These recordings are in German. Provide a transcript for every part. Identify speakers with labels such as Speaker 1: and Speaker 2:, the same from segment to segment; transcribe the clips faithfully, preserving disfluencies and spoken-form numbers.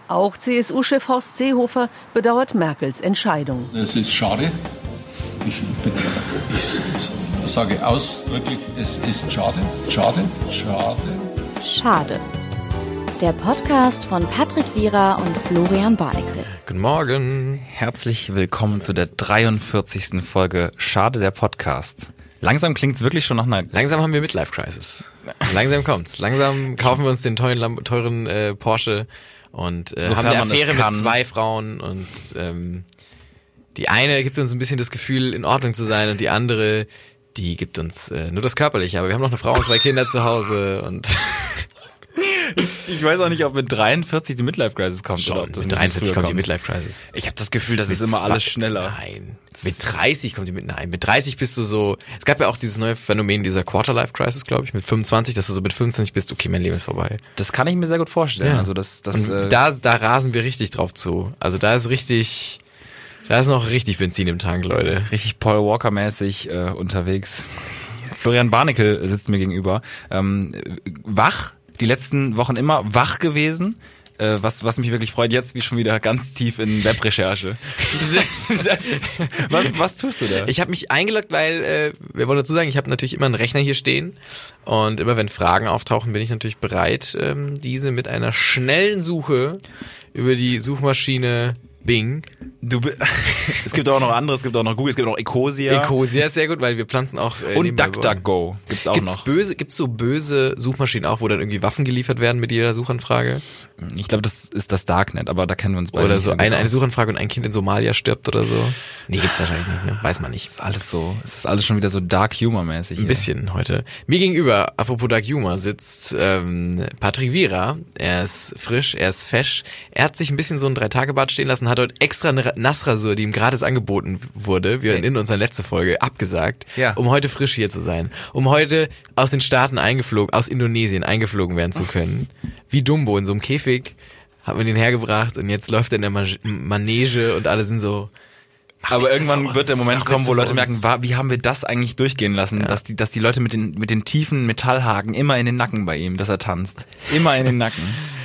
Speaker 1: Auch C S U-Chef Horst Seehofer bedauert Merkels Entscheidung.
Speaker 2: Es ist schade. Ich, ich sage ausdrücklich, es ist schade. Schade, schade.
Speaker 3: Schade. Der Podcast von Patrick Wierer und Florian Barnikel.
Speaker 4: Guten Morgen. Herzlich willkommen zu der dreiundvierzigsten Folge Schade, der Podcast. Langsam klingt's wirklich schon nach einer...
Speaker 5: Langsam haben wir Midlife-Crisis. Langsam kommt's. Langsam kaufen wir uns den teuren, teuren äh, Porsche und äh, haben eine Affäre mit zwei Frauen und ähm, die eine gibt uns ein bisschen das Gefühl, in Ordnung zu sein und die andere, die gibt uns äh, nur das Körperliche. Aber wir haben noch eine Frau und zwei Kinder zu Hause und...
Speaker 4: Ich weiß auch nicht, ob mit dreiundvierzig die Midlife-Crisis kommt.
Speaker 5: Schon,
Speaker 4: oder ob das
Speaker 5: mit dreiundvierzig kommt
Speaker 4: kommt.
Speaker 5: die Midlife-Crisis.
Speaker 4: Ich habe das Gefühl, das
Speaker 5: mit
Speaker 4: ist immer
Speaker 5: zwei,
Speaker 4: alles schneller.
Speaker 5: Nein, mit dreißig kommt die mit, nein, mit dreißig bist du so, es gab ja auch dieses neue Phänomen dieser Quarter-Life-Crisis, glaube ich, mit fünfundzwanzig, dass du so mit fünfundzwanzig bist, okay, mein Leben ist vorbei.
Speaker 4: Das kann ich mir sehr gut vorstellen.
Speaker 5: Ja.
Speaker 4: Also das, das,
Speaker 5: und
Speaker 4: äh,
Speaker 5: da, da rasen wir richtig drauf zu. Also da ist richtig, da ist noch richtig Benzin im Tank, Leute.
Speaker 4: Richtig Paul Walker-mäßig äh, unterwegs. Florian Barnikel sitzt mir gegenüber. Ähm, wach. Die letzten Wochen immer wach gewesen, äh, was was mich wirklich freut, jetzt wie schon wieder ganz tief in Webrecherche. was, was tust du da?
Speaker 5: Ich habe mich eingeloggt, weil, äh, wir wollen dazu sagen, ich habe natürlich immer einen Rechner hier stehen und immer wenn Fragen auftauchen, bin ich natürlich bereit, ähm, diese mit einer schnellen Suche über die Suchmaschine Bing.
Speaker 4: Du, es gibt auch noch andere, es gibt auch noch Google, es gibt auch noch Ecosia.
Speaker 5: Ecosia ist sehr gut, weil wir pflanzen auch äh,
Speaker 4: und DuckDuckGo gibt's auch
Speaker 5: gibt's
Speaker 4: noch.
Speaker 5: Böse, gibt's so böse Suchmaschinen auch, wo dann irgendwie Waffen geliefert werden mit jeder Suchanfrage?
Speaker 4: Ich glaube, das ist das Darknet, aber da kennen wir uns beide
Speaker 5: Oder
Speaker 4: nicht
Speaker 5: so
Speaker 4: so
Speaker 5: eine,
Speaker 4: genau.
Speaker 5: eine Suchanfrage und ein Kind in Somalia stirbt oder so. Nee, gibt's wahrscheinlich nicht, ne? Weiß man nicht.
Speaker 4: Das ist alles so, es ist alles schon wieder so Dark Humor mäßig.
Speaker 5: Ein bisschen heute. Mir gegenüber, apropos Dark Humor, sitzt ähm, Patrick Wierer. Er ist frisch, er ist fesch. Er hat sich ein bisschen so ein Drei-Tage-Bad stehen lassen, hat heute extra eine Nassrasur, die ihm gratis angeboten wurde, wir in unserer letzten Folge abgesagt,
Speaker 4: ja.
Speaker 5: um heute frisch hier zu sein. Um heute aus den Staaten eingeflogen, aus Indonesien eingeflogen werden zu können. Wie Dumbo in so einem Käfig hat man den hergebracht und jetzt läuft er in der Ma- Manege und alle sind so...
Speaker 4: Aber irgendwann wird der Moment kommen, wo Leute merken,
Speaker 5: war,
Speaker 4: wie haben wir das eigentlich durchgehen lassen,
Speaker 5: ja.
Speaker 4: dass die, dass die Leute mit den, mit den tiefen Metallhaken immer in den Nacken bei ihm, dass er tanzt. Immer in den Nacken.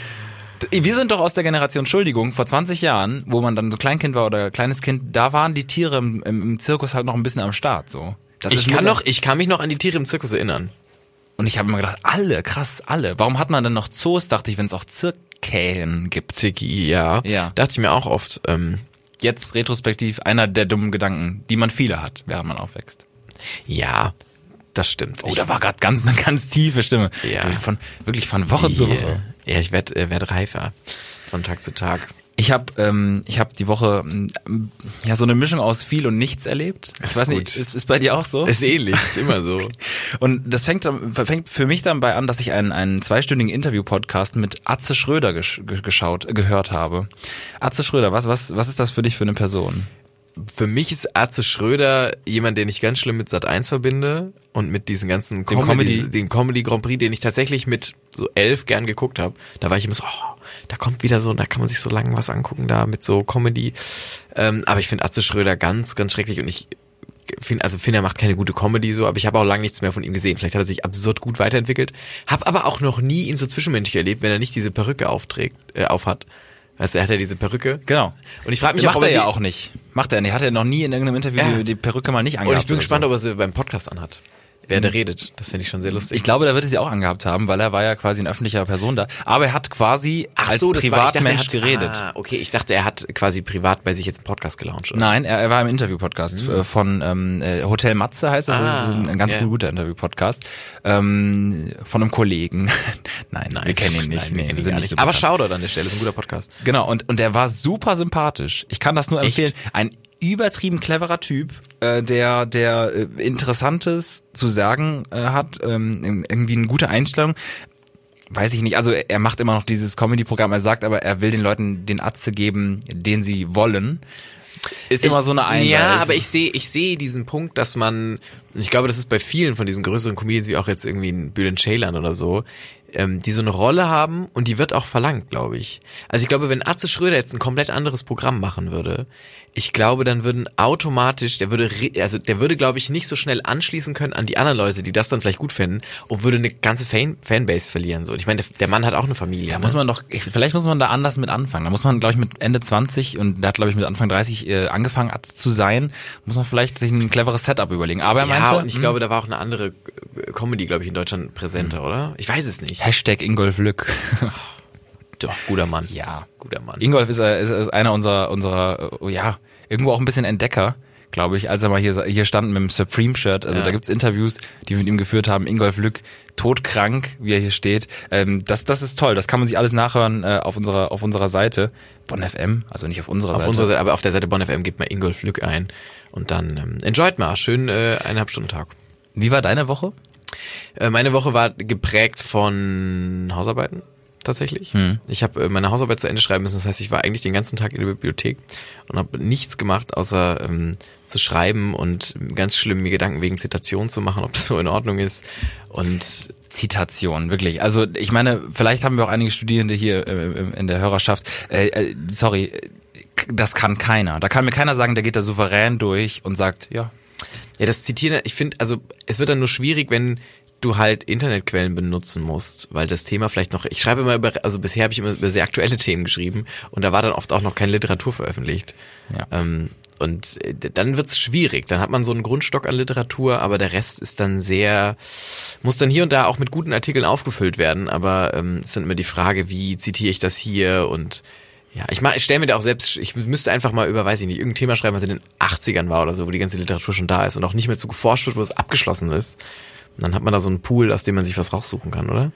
Speaker 4: Wir sind doch aus der Generation, Entschuldigung, vor zwanzig Jahren, wo man dann so Kleinkind war oder kleines Kind, da waren die Tiere im, im, im Zirkus halt noch ein bisschen am Start, so. Das
Speaker 5: ich
Speaker 4: ist
Speaker 5: kann
Speaker 4: nur-
Speaker 5: noch, ich kann mich noch an die Tiere im Zirkus erinnern.
Speaker 4: Und ich habe immer gedacht, alle, krass, alle. Warum hat man dann noch Zoos, dachte ich, wenn es auch Zirkäen gibt?
Speaker 5: Zirki, ja.
Speaker 4: Ja.
Speaker 5: Dachte ich mir auch oft, ähm,
Speaker 4: Jetzt retrospektiv einer der dummen Gedanken, die man viele hat, während man aufwächst.
Speaker 5: ja, das stimmt.
Speaker 4: Oh, da war gerade ganz eine ganz tiefe Stimme.
Speaker 5: Ja.
Speaker 4: Von, wirklich von Woche zu Woche.
Speaker 5: Ja, ich werde äh, werd reifer von Tag zu Tag.
Speaker 4: Ich habe ähm, ich hab die Woche ähm, ja so eine Mischung aus viel und nichts erlebt. Ich
Speaker 5: Das
Speaker 4: weiß
Speaker 5: ist
Speaker 4: nicht,
Speaker 5: gut.
Speaker 4: ist, ist bei dir auch so?
Speaker 5: Ist ähnlich, ist immer so.
Speaker 4: Und das fängt, dann- fängt für mich dann bei an, dass ich einen, einen zweistündigen Interview-Podcast mit Atze Schröder gesch geschaut, gehört habe. Atze Schröder, was, was, was ist das für dich für eine Person?
Speaker 5: Für mich ist Atze Schröder jemand, den ich ganz schlimm mit Sat eins verbinde und mit diesen ganzen Comedy,
Speaker 4: Comedy-
Speaker 5: den Comedy Grand Prix, den ich tatsächlich mit so elf gern geguckt habe. Da war ich immer so, oh, da kommt wieder so, da kann man sich so lange was angucken da mit so Comedy. Ähm, aber ich finde Atze Schröder ganz, ganz schrecklich und ich finde, also finde, er macht keine gute Comedy so, aber ich habe auch lange nichts mehr von ihm gesehen. Vielleicht hat er sich absurd gut weiterentwickelt. Hab aber auch noch nie ihn so zwischenmenschlich erlebt, wenn er nicht diese Perücke aufträgt, äh, aufhat. Weißt du, er hat ja diese Perücke.
Speaker 4: Genau.
Speaker 5: Und ich frage mich
Speaker 4: Macht
Speaker 5: auch, ob
Speaker 4: er ja
Speaker 5: sie-
Speaker 4: auch nicht. Macht er nicht. Hat er noch nie in irgendeinem Interview
Speaker 5: Ja.
Speaker 4: die, die Perücke mal nicht
Speaker 5: Und
Speaker 4: angehabt.
Speaker 5: ich bin
Speaker 4: oder
Speaker 5: gespannt,
Speaker 4: so.
Speaker 5: ob er sie beim Podcast anhat. Wer da redet. Das finde ich schon sehr lustig.
Speaker 4: Ich glaube, da wird er sie auch angehabt haben, weil er war ja quasi eine öffentliche Person da. Aber er hat quasi als
Speaker 5: das war- ich dachte,
Speaker 4: Privatmensch
Speaker 5: er hat,
Speaker 4: geredet.
Speaker 5: Ah, okay, ich dachte, er hat quasi privat bei sich jetzt einen Podcast gelauncht. Oder?
Speaker 4: Nein, er, er war im Interview-Podcast äh, von ähm, äh, Hotel Matze heißt das.
Speaker 5: Ah,
Speaker 4: das ist ein ganz
Speaker 5: ja.
Speaker 4: guter Interview-Podcast. Ähm, von einem Kollegen. nein, nein, wir kennen ihn nicht.
Speaker 5: Nein, wir
Speaker 4: nee,
Speaker 5: kennen
Speaker 4: wir
Speaker 5: ihn
Speaker 4: sind
Speaker 5: gar
Speaker 4: nicht so
Speaker 5: nicht. Aber
Speaker 4: bekannt.
Speaker 5: Shoutout an der Stelle, ist ein guter Podcast.
Speaker 4: Genau, und, und er war super sympathisch. Ich kann das nur
Speaker 5: Echt?
Speaker 4: empfehlen. Ein übertrieben cleverer Typ, äh, der der äh, Interessantes zu sagen äh, hat, ähm, irgendwie eine gute Einstellung. Weiß ich nicht, also er macht immer noch dieses Comedy-Programm, er sagt aber, er will den Leuten den Atze geben, den sie wollen. Ist immer so eine Einwahl.
Speaker 5: Ja,
Speaker 4: Es
Speaker 5: aber
Speaker 4: ist-
Speaker 5: ich sehe ich sehe diesen Punkt, dass man, ich glaube, das ist bei vielen von diesen größeren Comedians, wie auch jetzt irgendwie ein Bülent Ceylan oder so, ähm, die so eine Rolle haben und die wird auch verlangt, glaube ich. Also ich glaube, wenn Atze Schröder jetzt ein komplett anderes Programm machen würde, ich glaube, dann würden automatisch, der würde, also der würde, glaube ich, nicht so schnell anschließen können an die anderen Leute, die das dann vielleicht gut finden und würde eine ganze Fan Fanbase verlieren. So, ich meine, der, der Mann hat auch eine Familie.
Speaker 4: Da
Speaker 5: ne?
Speaker 4: muss man doch, vielleicht muss man da anders mit anfangen. Da muss man, glaube ich, mit Ende zwanzig und der hat, glaube ich, mit Anfang dreißig äh, angefangen zu sein, muss man vielleicht sich ein cleveres Setup überlegen. Aber er
Speaker 5: ja,
Speaker 4: meinte,
Speaker 5: und ich
Speaker 4: mh,
Speaker 5: glaube, da war auch eine andere Comedy, glaube ich, in Deutschland präsenter, oder? Ich weiß es nicht.
Speaker 4: Hashtag Ingolf Lück.
Speaker 5: Doch, guter Mann.
Speaker 4: Ja,
Speaker 5: Guter Mann.
Speaker 4: Ingolf ist, äh, ist, ist einer unserer, unserer, äh, ja, irgendwo auch ein bisschen Entdecker, glaube ich, als er mal hier, hier stand mit dem Supreme-Shirt. Also
Speaker 5: Ja.
Speaker 4: da gibt's Interviews, die wir mit ihm geführt haben. Ingolf Lück, todkrank, wie er hier steht. Ähm, das, das ist toll. Das kann man sich alles nachhören äh, auf unserer, auf unserer Seite. Bonn F M, also nicht auf unserer
Speaker 5: Auf
Speaker 4: Seite.
Speaker 5: unserer Seite, aber auf der Seite Bonn F M gibt man Ingolf Lück ein und dann ähm, enjoyt mal. Schön äh, eineinhalb Stunden Tag.
Speaker 4: Wie war deine Woche?
Speaker 5: Äh, meine Woche war geprägt von Hausarbeiten. Tatsächlich. Hm. Ich habe äh, meine Hausarbeit zu Ende schreiben müssen. Das heißt, ich war eigentlich den ganzen Tag in der Bibliothek und habe nichts gemacht, außer ähm, zu schreiben und ganz schlimm mir Gedanken wegen Zitation zu machen, ob das so in Ordnung ist. Und
Speaker 4: Zitation, wirklich. Also ich meine, vielleicht haben wir auch einige Studierende hier äh, in der Hörerschaft. Äh, äh, sorry, das kann keiner. Da kann mir keiner sagen, der geht da souverän durch und sagt, ja.
Speaker 5: ja, das Zitieren, ich finde, also es wird dann nur schwierig, wenn du halt Internetquellen benutzen musst, weil das Thema vielleicht noch, ich schreibe immer über, also bisher habe ich immer über sehr aktuelle Themen geschrieben und da war dann oft auch noch keine Literatur veröffentlicht.
Speaker 4: Ja.
Speaker 5: Ähm, und dann wird's schwierig, dann hat man so einen Grundstock an Literatur, aber der Rest ist dann sehr, muss dann hier und da auch mit guten Artikeln aufgefüllt werden, aber ähm, ist dann immer die Frage, wie zitiere ich das hier und ja, ich mach, ich stelle mir da auch selbst, ich müsste einfach mal über, weiß ich nicht, irgendein Thema schreiben, was in den achtzigern war oder so, wo die ganze Literatur schon da ist und auch nicht mehr zu geforscht wird, wo es abgeschlossen ist. Und dann hat man da so einen Pool, aus dem man sich was raussuchen kann, oder?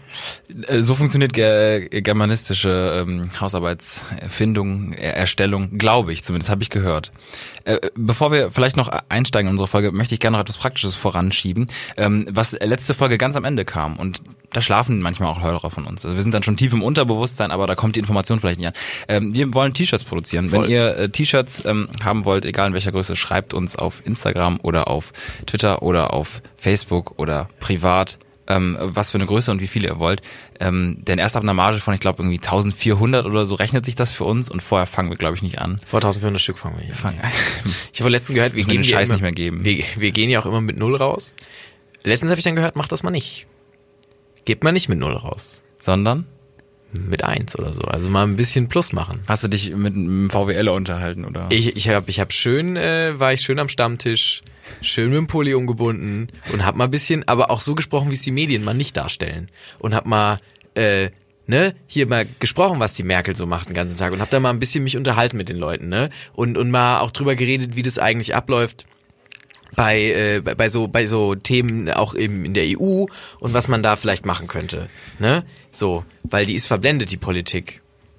Speaker 4: So funktioniert ge germanistische ähm, Hausarbeitsfindung, er Erstellung, glaube ich zumindest, habe ich gehört. Äh, bevor wir vielleicht noch einsteigen in unsere Folge, möchte ich gerne noch etwas Praktisches voranschieben, ähm, was letzte Folge ganz am Ende kam. Und da schlafen manchmal auch Hörer von uns. Also wir sind dann schon tief im Unterbewusstsein, aber da kommt die Information vielleicht nicht an. Ähm, wir wollen T-Shirts produzieren. Voll. Wenn ihr äh, T-Shirts ähm, haben wollt, egal in welcher Größe, schreibt uns auf Instagram oder auf Twitter oder auf Facebook oder privat, ähm, was für eine Größe und wie viele ihr wollt. Ähm, denn erst ab einer Marge von, ich glaube, irgendwie eintausendvierhundert oder so rechnet sich das für uns und vorher fangen wir, glaube ich, nicht an.
Speaker 5: Vor eintausendvierhundert Stück fangen wir hier.
Speaker 4: Fangen.
Speaker 5: Ich habe letztens gehört, wir gehen
Speaker 4: den
Speaker 5: ja
Speaker 4: Scheiß
Speaker 5: immer,
Speaker 4: nicht mehr geben.
Speaker 5: Wir, wir gehen ja auch immer mit Null raus. Letztens habe ich dann gehört, macht das mal nicht. Gebt mal nicht mit Null raus.
Speaker 4: Sondern?
Speaker 5: Mit eins oder so. Also mal ein bisschen Plus machen.
Speaker 4: Hast du dich mit einem VWLer unterhalten, oder?
Speaker 5: Ich, ich habe ich hab schön, äh, war ich schön am Stammtisch, schön mit dem Pulli umgebunden und hab mal ein bisschen, aber auch so gesprochen, wie es die Medien mal nicht darstellen. Und hab mal, äh, ne, hier mal gesprochen, was die Merkel so macht den ganzen Tag und hab da mal ein bisschen mich unterhalten mit den Leuten, ne? Und, und mal auch drüber geredet, wie das eigentlich abläuft. Bei, äh, bei, bei so bei so Themen auch im, in der E U und was man da vielleicht machen könnte, ne? So, weil die ist verblendet, die Politik.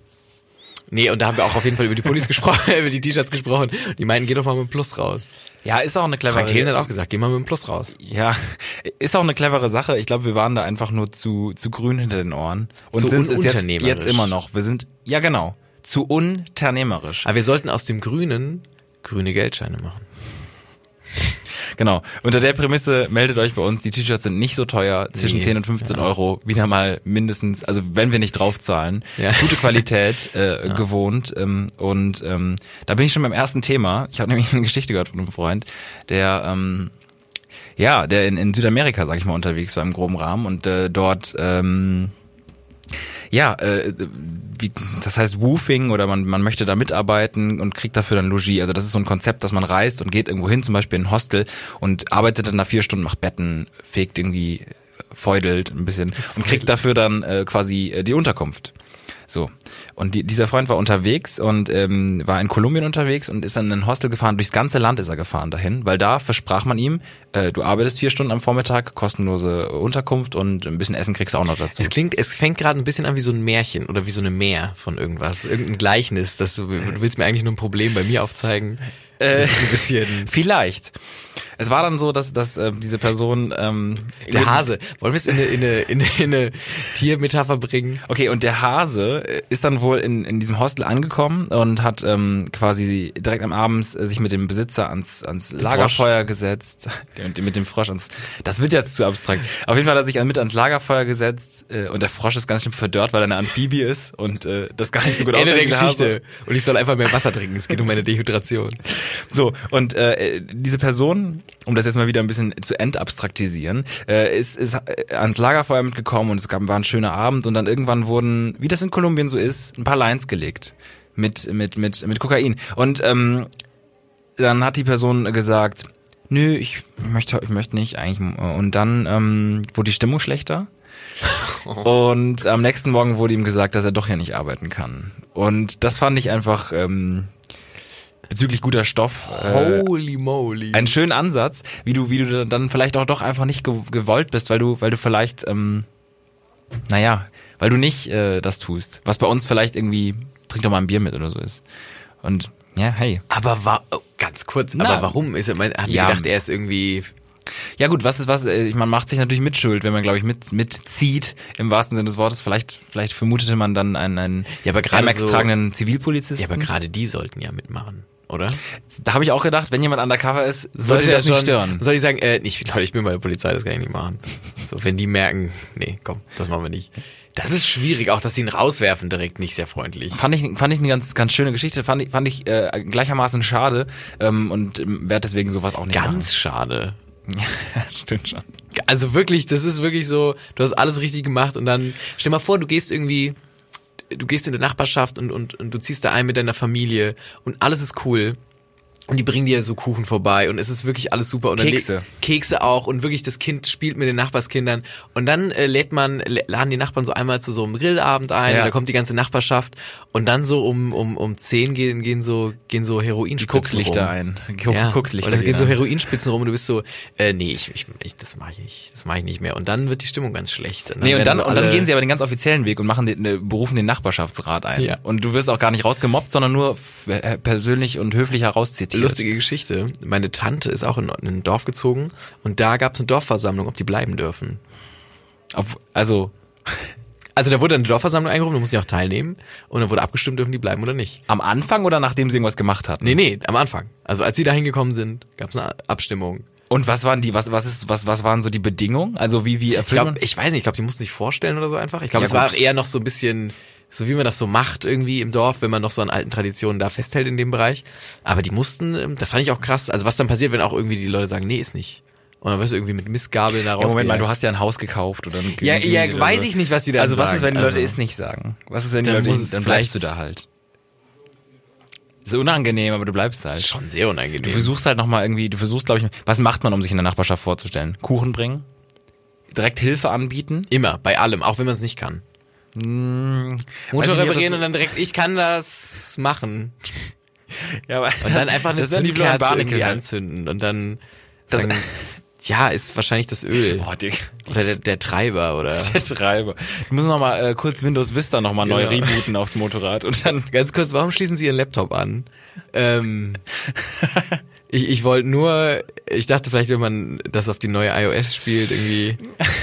Speaker 5: Nee, und da haben wir auch auf jeden Fall über die Pullis gesprochen, über die T-Shirts gesprochen. Die meinten, geh doch mal mit dem Plus raus.
Speaker 4: Ja, ist auch eine clevere
Speaker 5: Frank Thelen hat auch gesagt, geh mal mit dem Plus raus.
Speaker 4: Ja, ist auch eine clevere Sache. Ich glaube, wir waren da einfach nur zu zu grün hinter den Ohren und
Speaker 5: Zu
Speaker 4: sind es jetzt,
Speaker 5: ununternehmerisch.
Speaker 4: jetzt immer noch. Wir sind, ja genau, zu unternehmerisch.
Speaker 5: Aber wir sollten aus dem Grünen grüne Geldscheine machen.
Speaker 4: Genau. Unter der Prämisse meldet euch bei uns. Die T-Shirts sind nicht so teuer, zwischen
Speaker 5: Nee,
Speaker 4: zehn und fünfzehn
Speaker 5: ja.
Speaker 4: Euro. Wieder mal mindestens, also wenn wir nicht draufzahlen.
Speaker 5: Ja.
Speaker 4: Gute Qualität äh, ja. gewohnt. Ähm, und ähm, da bin ich schon beim ersten Thema. Ich habe nämlich eine Geschichte gehört von einem Freund, der ähm, ja, der in, in Südamerika, sag ich mal, unterwegs war im groben Rahmen und äh, dort ähm, ja, äh, wie, das heißt Woofing oder man man möchte da mitarbeiten und kriegt dafür dann Logis. Also das ist so ein Konzept, dass man reist und geht irgendwo hin, zum Beispiel in ein Hostel und arbeitet dann da vier Stunden, macht Betten, fegt irgendwie, feudelt ein bisschen und kriegt dafür dann äh, quasi äh, die Unterkunft. So. Und die, dieser Freund war unterwegs und ähm, war in Kolumbien unterwegs und ist dann in ein Hostel gefahren. Durchs ganze Land ist er gefahren dahin, weil da versprach man ihm, äh, du arbeitest vier Stunden am Vormittag, kostenlose Unterkunft und ein bisschen Essen kriegst du auch noch dazu.
Speaker 5: Es klingt, es fängt gerade ein bisschen an wie so ein Märchen oder wie so eine Mär von irgendwas. Irgendein Gleichnis, dass du, du willst mir eigentlich nur ein Problem bei mir aufzeigen.
Speaker 4: Äh,
Speaker 5: das ist ein bisschen
Speaker 4: vielleicht. Es war dann so, dass, dass äh, diese Person... Ähm,
Speaker 5: Der Hase. Wollen wir es in eine, in eine, in eine, in eine Tiermetapher bringen?
Speaker 4: Okay, und der Hase ist dann wohl in, in diesem Hostel angekommen und hat ähm, quasi direkt am Abend sich mit dem Besitzer ans, ans Lagerfeuer
Speaker 5: Frosch.
Speaker 4: gesetzt. Und mit dem Frosch ans... Das wird jetzt zu abstrakt. Auf jeden Fall hat er sich mit ans Lagerfeuer gesetzt äh, und der Frosch ist ganz schön verdörrt, weil er eine Amphibie ist und äh, das gar nicht so gut
Speaker 5: Ende
Speaker 4: aussieht.
Speaker 5: der Geschichte. Und ich soll einfach mehr Wasser trinken. Es geht um meine Dehydration.
Speaker 4: So, und äh, diese Person, um das jetzt mal wieder ein bisschen zu entabstraktisieren, äh, ist, ist ans Lagerfeuer mitgekommen und es gab, war ein schöner Abend und dann irgendwann wurden, wie das in Kolumbien so ist, ein paar Lines gelegt mit mit mit mit Kokain. Und ähm, dann hat die Person gesagt, nö, ich möchte ich möchte nicht eigentlich. Und dann ähm, wurde die Stimmung schlechter. Und am nächsten Morgen wurde ihm gesagt, dass er doch ja nicht arbeiten kann. Und das fand ich einfach ähm, bezüglich guter Stoff äh,
Speaker 5: Holy moly.
Speaker 4: einen schönen Ansatz, wie du wie du dann vielleicht auch doch einfach nicht ge- gewollt bist, weil du weil du vielleicht ähm, naja, weil du nicht äh, das tust, was bei uns vielleicht irgendwie trink doch mal ein Bier mit oder so ist. Und ja, hey.
Speaker 5: Aber war oh, ganz kurz,
Speaker 4: Na.
Speaker 5: aber warum ist er mein, haben
Speaker 4: Ja.
Speaker 5: die gedacht, er ist irgendwie
Speaker 4: Ja gut, was ist was? äh, Man macht sich natürlich mitschuld, wenn man, glaube ich, mit mitzieht im wahrsten Sinne des Wortes. Vielleicht vielleicht vermutete man dann einen einen
Speaker 5: Ja, aber gerade
Speaker 4: Amex
Speaker 5: so-
Speaker 4: tragenden Zivilpolizisten.
Speaker 5: Ja, aber gerade die sollten ja mitmachen, oder?
Speaker 4: Da habe ich auch gedacht, wenn jemand undercover ist, sollte
Speaker 5: Sollte
Speaker 4: das
Speaker 5: er
Speaker 4: nicht
Speaker 5: schon-
Speaker 4: stören.
Speaker 5: Soll ich sagen, äh, ich, Leute, ich bin bei der Polizei, das kann ich nicht machen. So, wenn die merken, nee, komm, das machen wir nicht. Das ist schwierig, auch dass sie ihn rauswerfen direkt nicht sehr freundlich.
Speaker 4: Fand ich fand ich eine ganz ganz schöne Geschichte. Fand ich fand ich äh, gleichermaßen schade ähm, und ähm, werde deswegen sowas auch nicht
Speaker 5: Ganz schade.
Speaker 4: machen. Stimmt schon.
Speaker 5: Also wirklich, das ist wirklich so, du hast alles richtig gemacht und dann, stell mal vor, du gehst irgendwie, du gehst in die Nachbarschaft und, und, und du ziehst da ein mit deiner Familie und alles ist cool. Und die bringen dir so Kuchen vorbei und es ist wirklich alles super. Und dann
Speaker 4: Kekse.
Speaker 5: le- Kekse auch und wirklich das Kind spielt mit den Nachbarskindern. Und dann äh, lädt man, l- laden die Nachbarn so einmal zu so einem Grillabend ein
Speaker 4: Ja.
Speaker 5: und da kommt die ganze Nachbarschaft und dann so um um um zehn gehen gehen so gehen so Heroinspitzen
Speaker 4: Kuckslichter
Speaker 5: rum.
Speaker 4: ein. Kuck-
Speaker 5: Ja.
Speaker 4: Kuckslichter
Speaker 5: Und dann gehen so
Speaker 4: ein.
Speaker 5: Heroinspitzen rum und du bist so, äh, nee, ich, ich, ich das mache ich nicht, das mache ich nicht mehr. Und dann wird die Stimmung ganz schlecht. Und
Speaker 4: Nee, und
Speaker 5: werden
Speaker 4: dann,
Speaker 5: so
Speaker 4: und dann
Speaker 5: alle-
Speaker 4: gehen sie aber den ganz offiziellen Weg und machen den, ne, berufen den Nachbarschaftsrat ein.
Speaker 5: Ja.
Speaker 4: Und du wirst auch gar nicht rausgemobbt, sondern nur f- äh, persönlich und höflich herauszitiert.
Speaker 5: Lustige Geschichte. Meine Tante ist auch in ein Dorf gezogen und da gab es eine Dorfversammlung, ob die bleiben dürfen.
Speaker 4: Auf, also
Speaker 5: Also da wurde eine Dorfversammlung eingerufen, da mussten die auch teilnehmen und dann wurde abgestimmt, dürfen die bleiben oder nicht.
Speaker 4: am Anfang oder nachdem sie irgendwas gemacht hatten?
Speaker 5: Nee, nee, am Anfang. Also als sie da hingekommen sind, gab es eine Abstimmung.
Speaker 4: Und was waren die, was, was ist, was, was waren so die Bedingungen? Also wie, wie
Speaker 5: Ich
Speaker 4: erfüllt
Speaker 5: glaube,
Speaker 4: man?
Speaker 5: ich weiß nicht, ich glaube, die mussten sich vorstellen oder so einfach. Ich glaube,
Speaker 4: Ja,
Speaker 5: es war
Speaker 4: gut.
Speaker 5: auch eher noch so ein bisschen, so wie man das so macht irgendwie im Dorf, wenn man noch so an alten Traditionen da festhält in dem Bereich. Aber die mussten, ähm, das fand ich auch krass. Also was dann passiert, wenn auch irgendwie die Leute sagen, nee, ist nicht. Und dann wirst du irgendwie mit Mistgabeln da
Speaker 4: Ja, Moment mal,
Speaker 5: rausgejagt.
Speaker 4: du hast ja ein Haus gekauft oder ein
Speaker 5: Ja,
Speaker 4: Gemüse
Speaker 5: ja,
Speaker 4: oder
Speaker 5: weiß
Speaker 4: so.
Speaker 5: ich nicht, was die da
Speaker 4: Also was
Speaker 5: sagen.
Speaker 4: ist, wenn die
Speaker 5: Also-
Speaker 4: Leute es nicht sagen? Was ist, wenn die
Speaker 5: Dann
Speaker 4: Leute
Speaker 5: muss
Speaker 4: es,
Speaker 5: es
Speaker 4: dann
Speaker 5: vielleicht-
Speaker 4: bleibst du da halt. Ist unangenehm, aber du bleibst halt.
Speaker 5: Schon sehr
Speaker 4: Du
Speaker 5: unangenehm.
Speaker 4: versuchst halt nochmal irgendwie, du versuchst, glaube ich, was macht man, um sich in der Nachbarschaft vorzustellen? Kuchen bringen? Direkt Hilfe anbieten?
Speaker 5: Immer, bei allem, auch wenn man es nicht kann.
Speaker 4: Weiß ich
Speaker 5: Motor
Speaker 4: nicht, ob
Speaker 5: reparieren
Speaker 4: das-
Speaker 5: und dann direkt, ich kann das machen.
Speaker 4: Ja, aber
Speaker 5: Und dann einfach eine
Speaker 4: das wären die Florian
Speaker 5: Zündkerze irgendwie
Speaker 4: Barnekel.
Speaker 5: anzünden und dann
Speaker 4: Das-
Speaker 5: sagen, ja, ist wahrscheinlich das Öl.
Speaker 4: Boah, Digga.
Speaker 5: Oder der, der Treiber oder.
Speaker 4: Der Schreiber. Du musst noch mal äh, kurz Windows Vista noch mal neu
Speaker 5: Genau.
Speaker 4: rebooten aufs Motorrad und dann
Speaker 5: Ganz kurz, warum schließen Sie Ihren Laptop an? Ähm, ich ich wollte nur, ich dachte vielleicht, wenn man das auf die neue iOS spielt, irgendwie.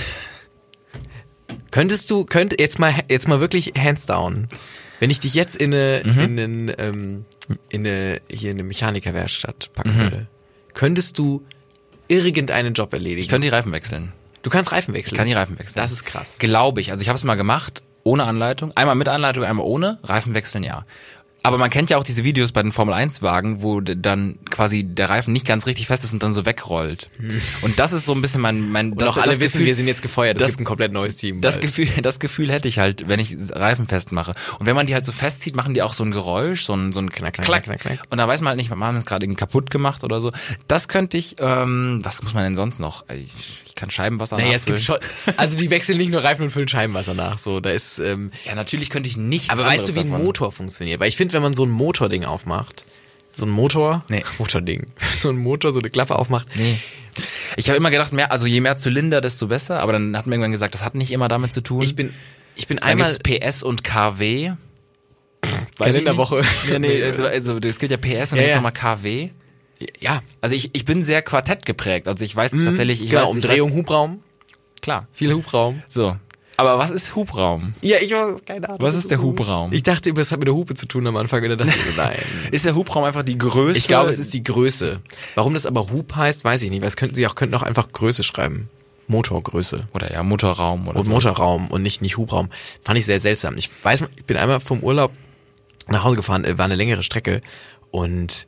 Speaker 5: Könntest du, könnt jetzt mal, jetzt mal wirklich hands down. Wenn ich dich jetzt in eine,
Speaker 4: Mhm.
Speaker 5: in einen, ähm, in eine, hier in eine Mechanikerwerkstatt packen
Speaker 4: Mhm.
Speaker 5: würde, könntest du irgendeinen Job erledigen?
Speaker 4: ich könnte die Reifen wechseln.
Speaker 5: Du kannst Reifen wechseln.
Speaker 4: Ich kann die Reifen wechseln.
Speaker 5: Das ist krass.
Speaker 4: Glaube ich. Also ich habe es mal gemacht, ohne Anleitung. Einmal mit Anleitung, einmal ohne. Reifen wechseln, ja. Aber man kennt ja auch diese Videos bei den Formel eins Wagen, wo d- dann quasi der Reifen nicht ganz richtig fest ist und dann so wegrollt. Und das ist so ein bisschen mein... mein
Speaker 5: Und
Speaker 4: das,
Speaker 5: auch alle
Speaker 4: das
Speaker 5: wissen,
Speaker 4: Gefühl,
Speaker 5: wir sind jetzt gefeuert. Es
Speaker 4: das-
Speaker 5: gibt ein komplett neues Team.
Speaker 4: Das
Speaker 5: bald.
Speaker 4: Gefühl, das Gefühl hätte ich halt, wenn ich Reifen festmache. Und wenn man die halt so festzieht, machen die auch so ein Geräusch, so ein, so ein
Speaker 5: Knack, knack,
Speaker 4: Klack.
Speaker 5: knack, knack, knack.
Speaker 4: Und da weiß man halt nicht, man hat es gerade irgendwie kaputt gemacht oder so. Das könnte ich, ähm, was muss man denn sonst noch? Ich, ich kann Scheibenwasser
Speaker 5: Naja, es
Speaker 4: nachfüllen.
Speaker 5: gibt schon, also die wechseln nicht nur Reifen und füllen Scheibenwasser nach, so, da ist, ähm,
Speaker 4: Ja, natürlich könnte ich nichts
Speaker 5: aber weißt du, wie ein
Speaker 4: davon.
Speaker 5: Motor funktioniert? Weil ich finde, wenn man so ein Motording aufmacht, so ein Motor,
Speaker 4: Nee.
Speaker 5: Motording, so ein Motor, so eine Klappe aufmacht,
Speaker 4: Nee. Ich habe immer gedacht, mehr, also je mehr Zylinder, desto besser, aber dann hat man irgendwann gesagt, das hat nicht immer damit zu tun.
Speaker 5: ich bin, ich bin
Speaker 4: dann
Speaker 5: einmal,
Speaker 4: gibt's P S und K W. Weiß ich
Speaker 5: Kalenderwoche.
Speaker 4: nicht. Ja, nee, also es gilt ja P S und
Speaker 5: Ja,
Speaker 4: dann
Speaker 5: ja.
Speaker 4: gibt's nochmal K W.
Speaker 5: Ja.
Speaker 4: Also ich, ich bin sehr Quartett geprägt. Also ich weiß
Speaker 5: Mhm,
Speaker 4: tatsächlich, ich
Speaker 5: genau,
Speaker 4: weiß,
Speaker 5: Umdrehung,
Speaker 4: ich weiß,
Speaker 5: Hubraum.
Speaker 4: klar.
Speaker 5: Viel Hubraum.
Speaker 4: So. Aber was ist Hubraum?
Speaker 5: Ja, ich habe keine Ahnung.
Speaker 4: Was ist der Hubraum?
Speaker 5: Ich dachte, das hat mit der Hupe zu tun am Anfang und dann dachte ich, nein.
Speaker 4: Ist der Hubraum einfach die Größe?
Speaker 5: Ich glaube, es ist die Größe. Warum das aber Hub heißt, weiß ich nicht, weil es könnten sie auch könnten auch einfach Größe schreiben. Motorgröße.
Speaker 4: Oder ja, Motorraum oder
Speaker 5: Und
Speaker 4: so.
Speaker 5: Motorraum und nicht, nicht Hubraum. Fand ich sehr seltsam. Ich weiß, ich bin einmal vom Urlaub nach Hause gefahren, war eine längere Strecke und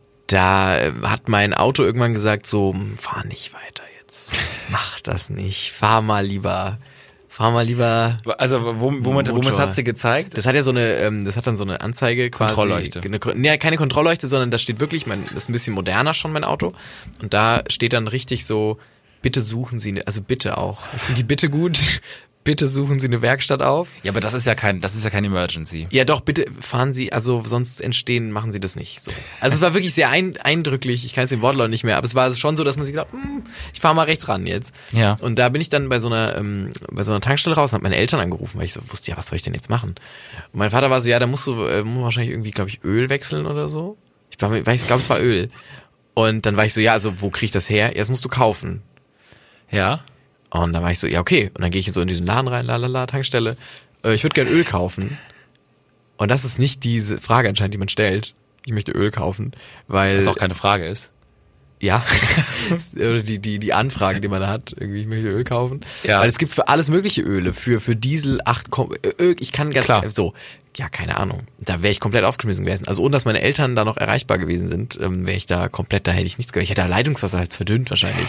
Speaker 5: da hat mein Auto irgendwann gesagt so, fahr nicht weiter jetzt. Mach das nicht. Fahr mal lieber, fahr mal lieber.
Speaker 4: Also womit, womit, womit hat sie gezeigt?
Speaker 5: Das hat ja so eine, ähm, das hat dann so eine Anzeige quasi.
Speaker 4: Kontrollleuchte.
Speaker 5: Eine, nee, keine Kontrollleuchte, sondern da steht wirklich, mein, das ist ein bisschen moderner schon, mein Auto. Und da steht dann richtig so, bitte suchen Sie, eine, also bitte auch. Ich finde die Bitte gut. Bitte suchen Sie eine Werkstatt auf.
Speaker 4: Ja, aber das ist ja kein, das ist ja kein Emergency.
Speaker 5: Ja, doch, bitte fahren Sie, also sonst entstehen, machen Sie das nicht. So. Also es war wirklich sehr ein, eindrücklich, ich kann es den Wortlaut nicht mehr, aber es war schon so, dass man sich gedacht, hm, ich fahre mal rechts ran jetzt.
Speaker 4: Ja.
Speaker 5: Und da bin ich dann bei so einer, ähm, bei so einer Tankstelle raus und habe meine Eltern angerufen, weil ich so wusste, ja, was soll ich denn jetzt machen? Und mein Vater war so, ja, da musst du äh, musst wahrscheinlich irgendwie, glaube ich, Öl wechseln oder so. Ich, war, ich glaube, es war Öl. Und dann war ich so, ja, also wo krieg ich das her? Ja, das musst du kaufen.
Speaker 4: Ja.
Speaker 5: Und dann war ich so, ja, okay. Und dann gehe ich so in diesen Laden rein, lalala, Tankstelle. Äh, ich würde gern Öl kaufen. Und das ist nicht diese Frage anscheinend, die man stellt. Ich möchte Öl kaufen, weil...
Speaker 4: Was auch keine Frage ist.
Speaker 5: Ja. Oder die, die, die Anfrage, die man hat. Irgendwie, ich möchte Öl kaufen.
Speaker 4: Ja.
Speaker 5: Weil es gibt für alles mögliche Öle. Für, für Diesel, acht, Öl, ich kann ganz...
Speaker 4: Klar.
Speaker 5: So. Ja, keine Ahnung. Da wäre ich komplett aufgeschmissen gewesen. Also ohne, dass meine Eltern da noch erreichbar gewesen sind, ähm, wäre ich da komplett, da hätte ich nichts gehört. Ich hätte da Leitungswasser als verdünnt wahrscheinlich.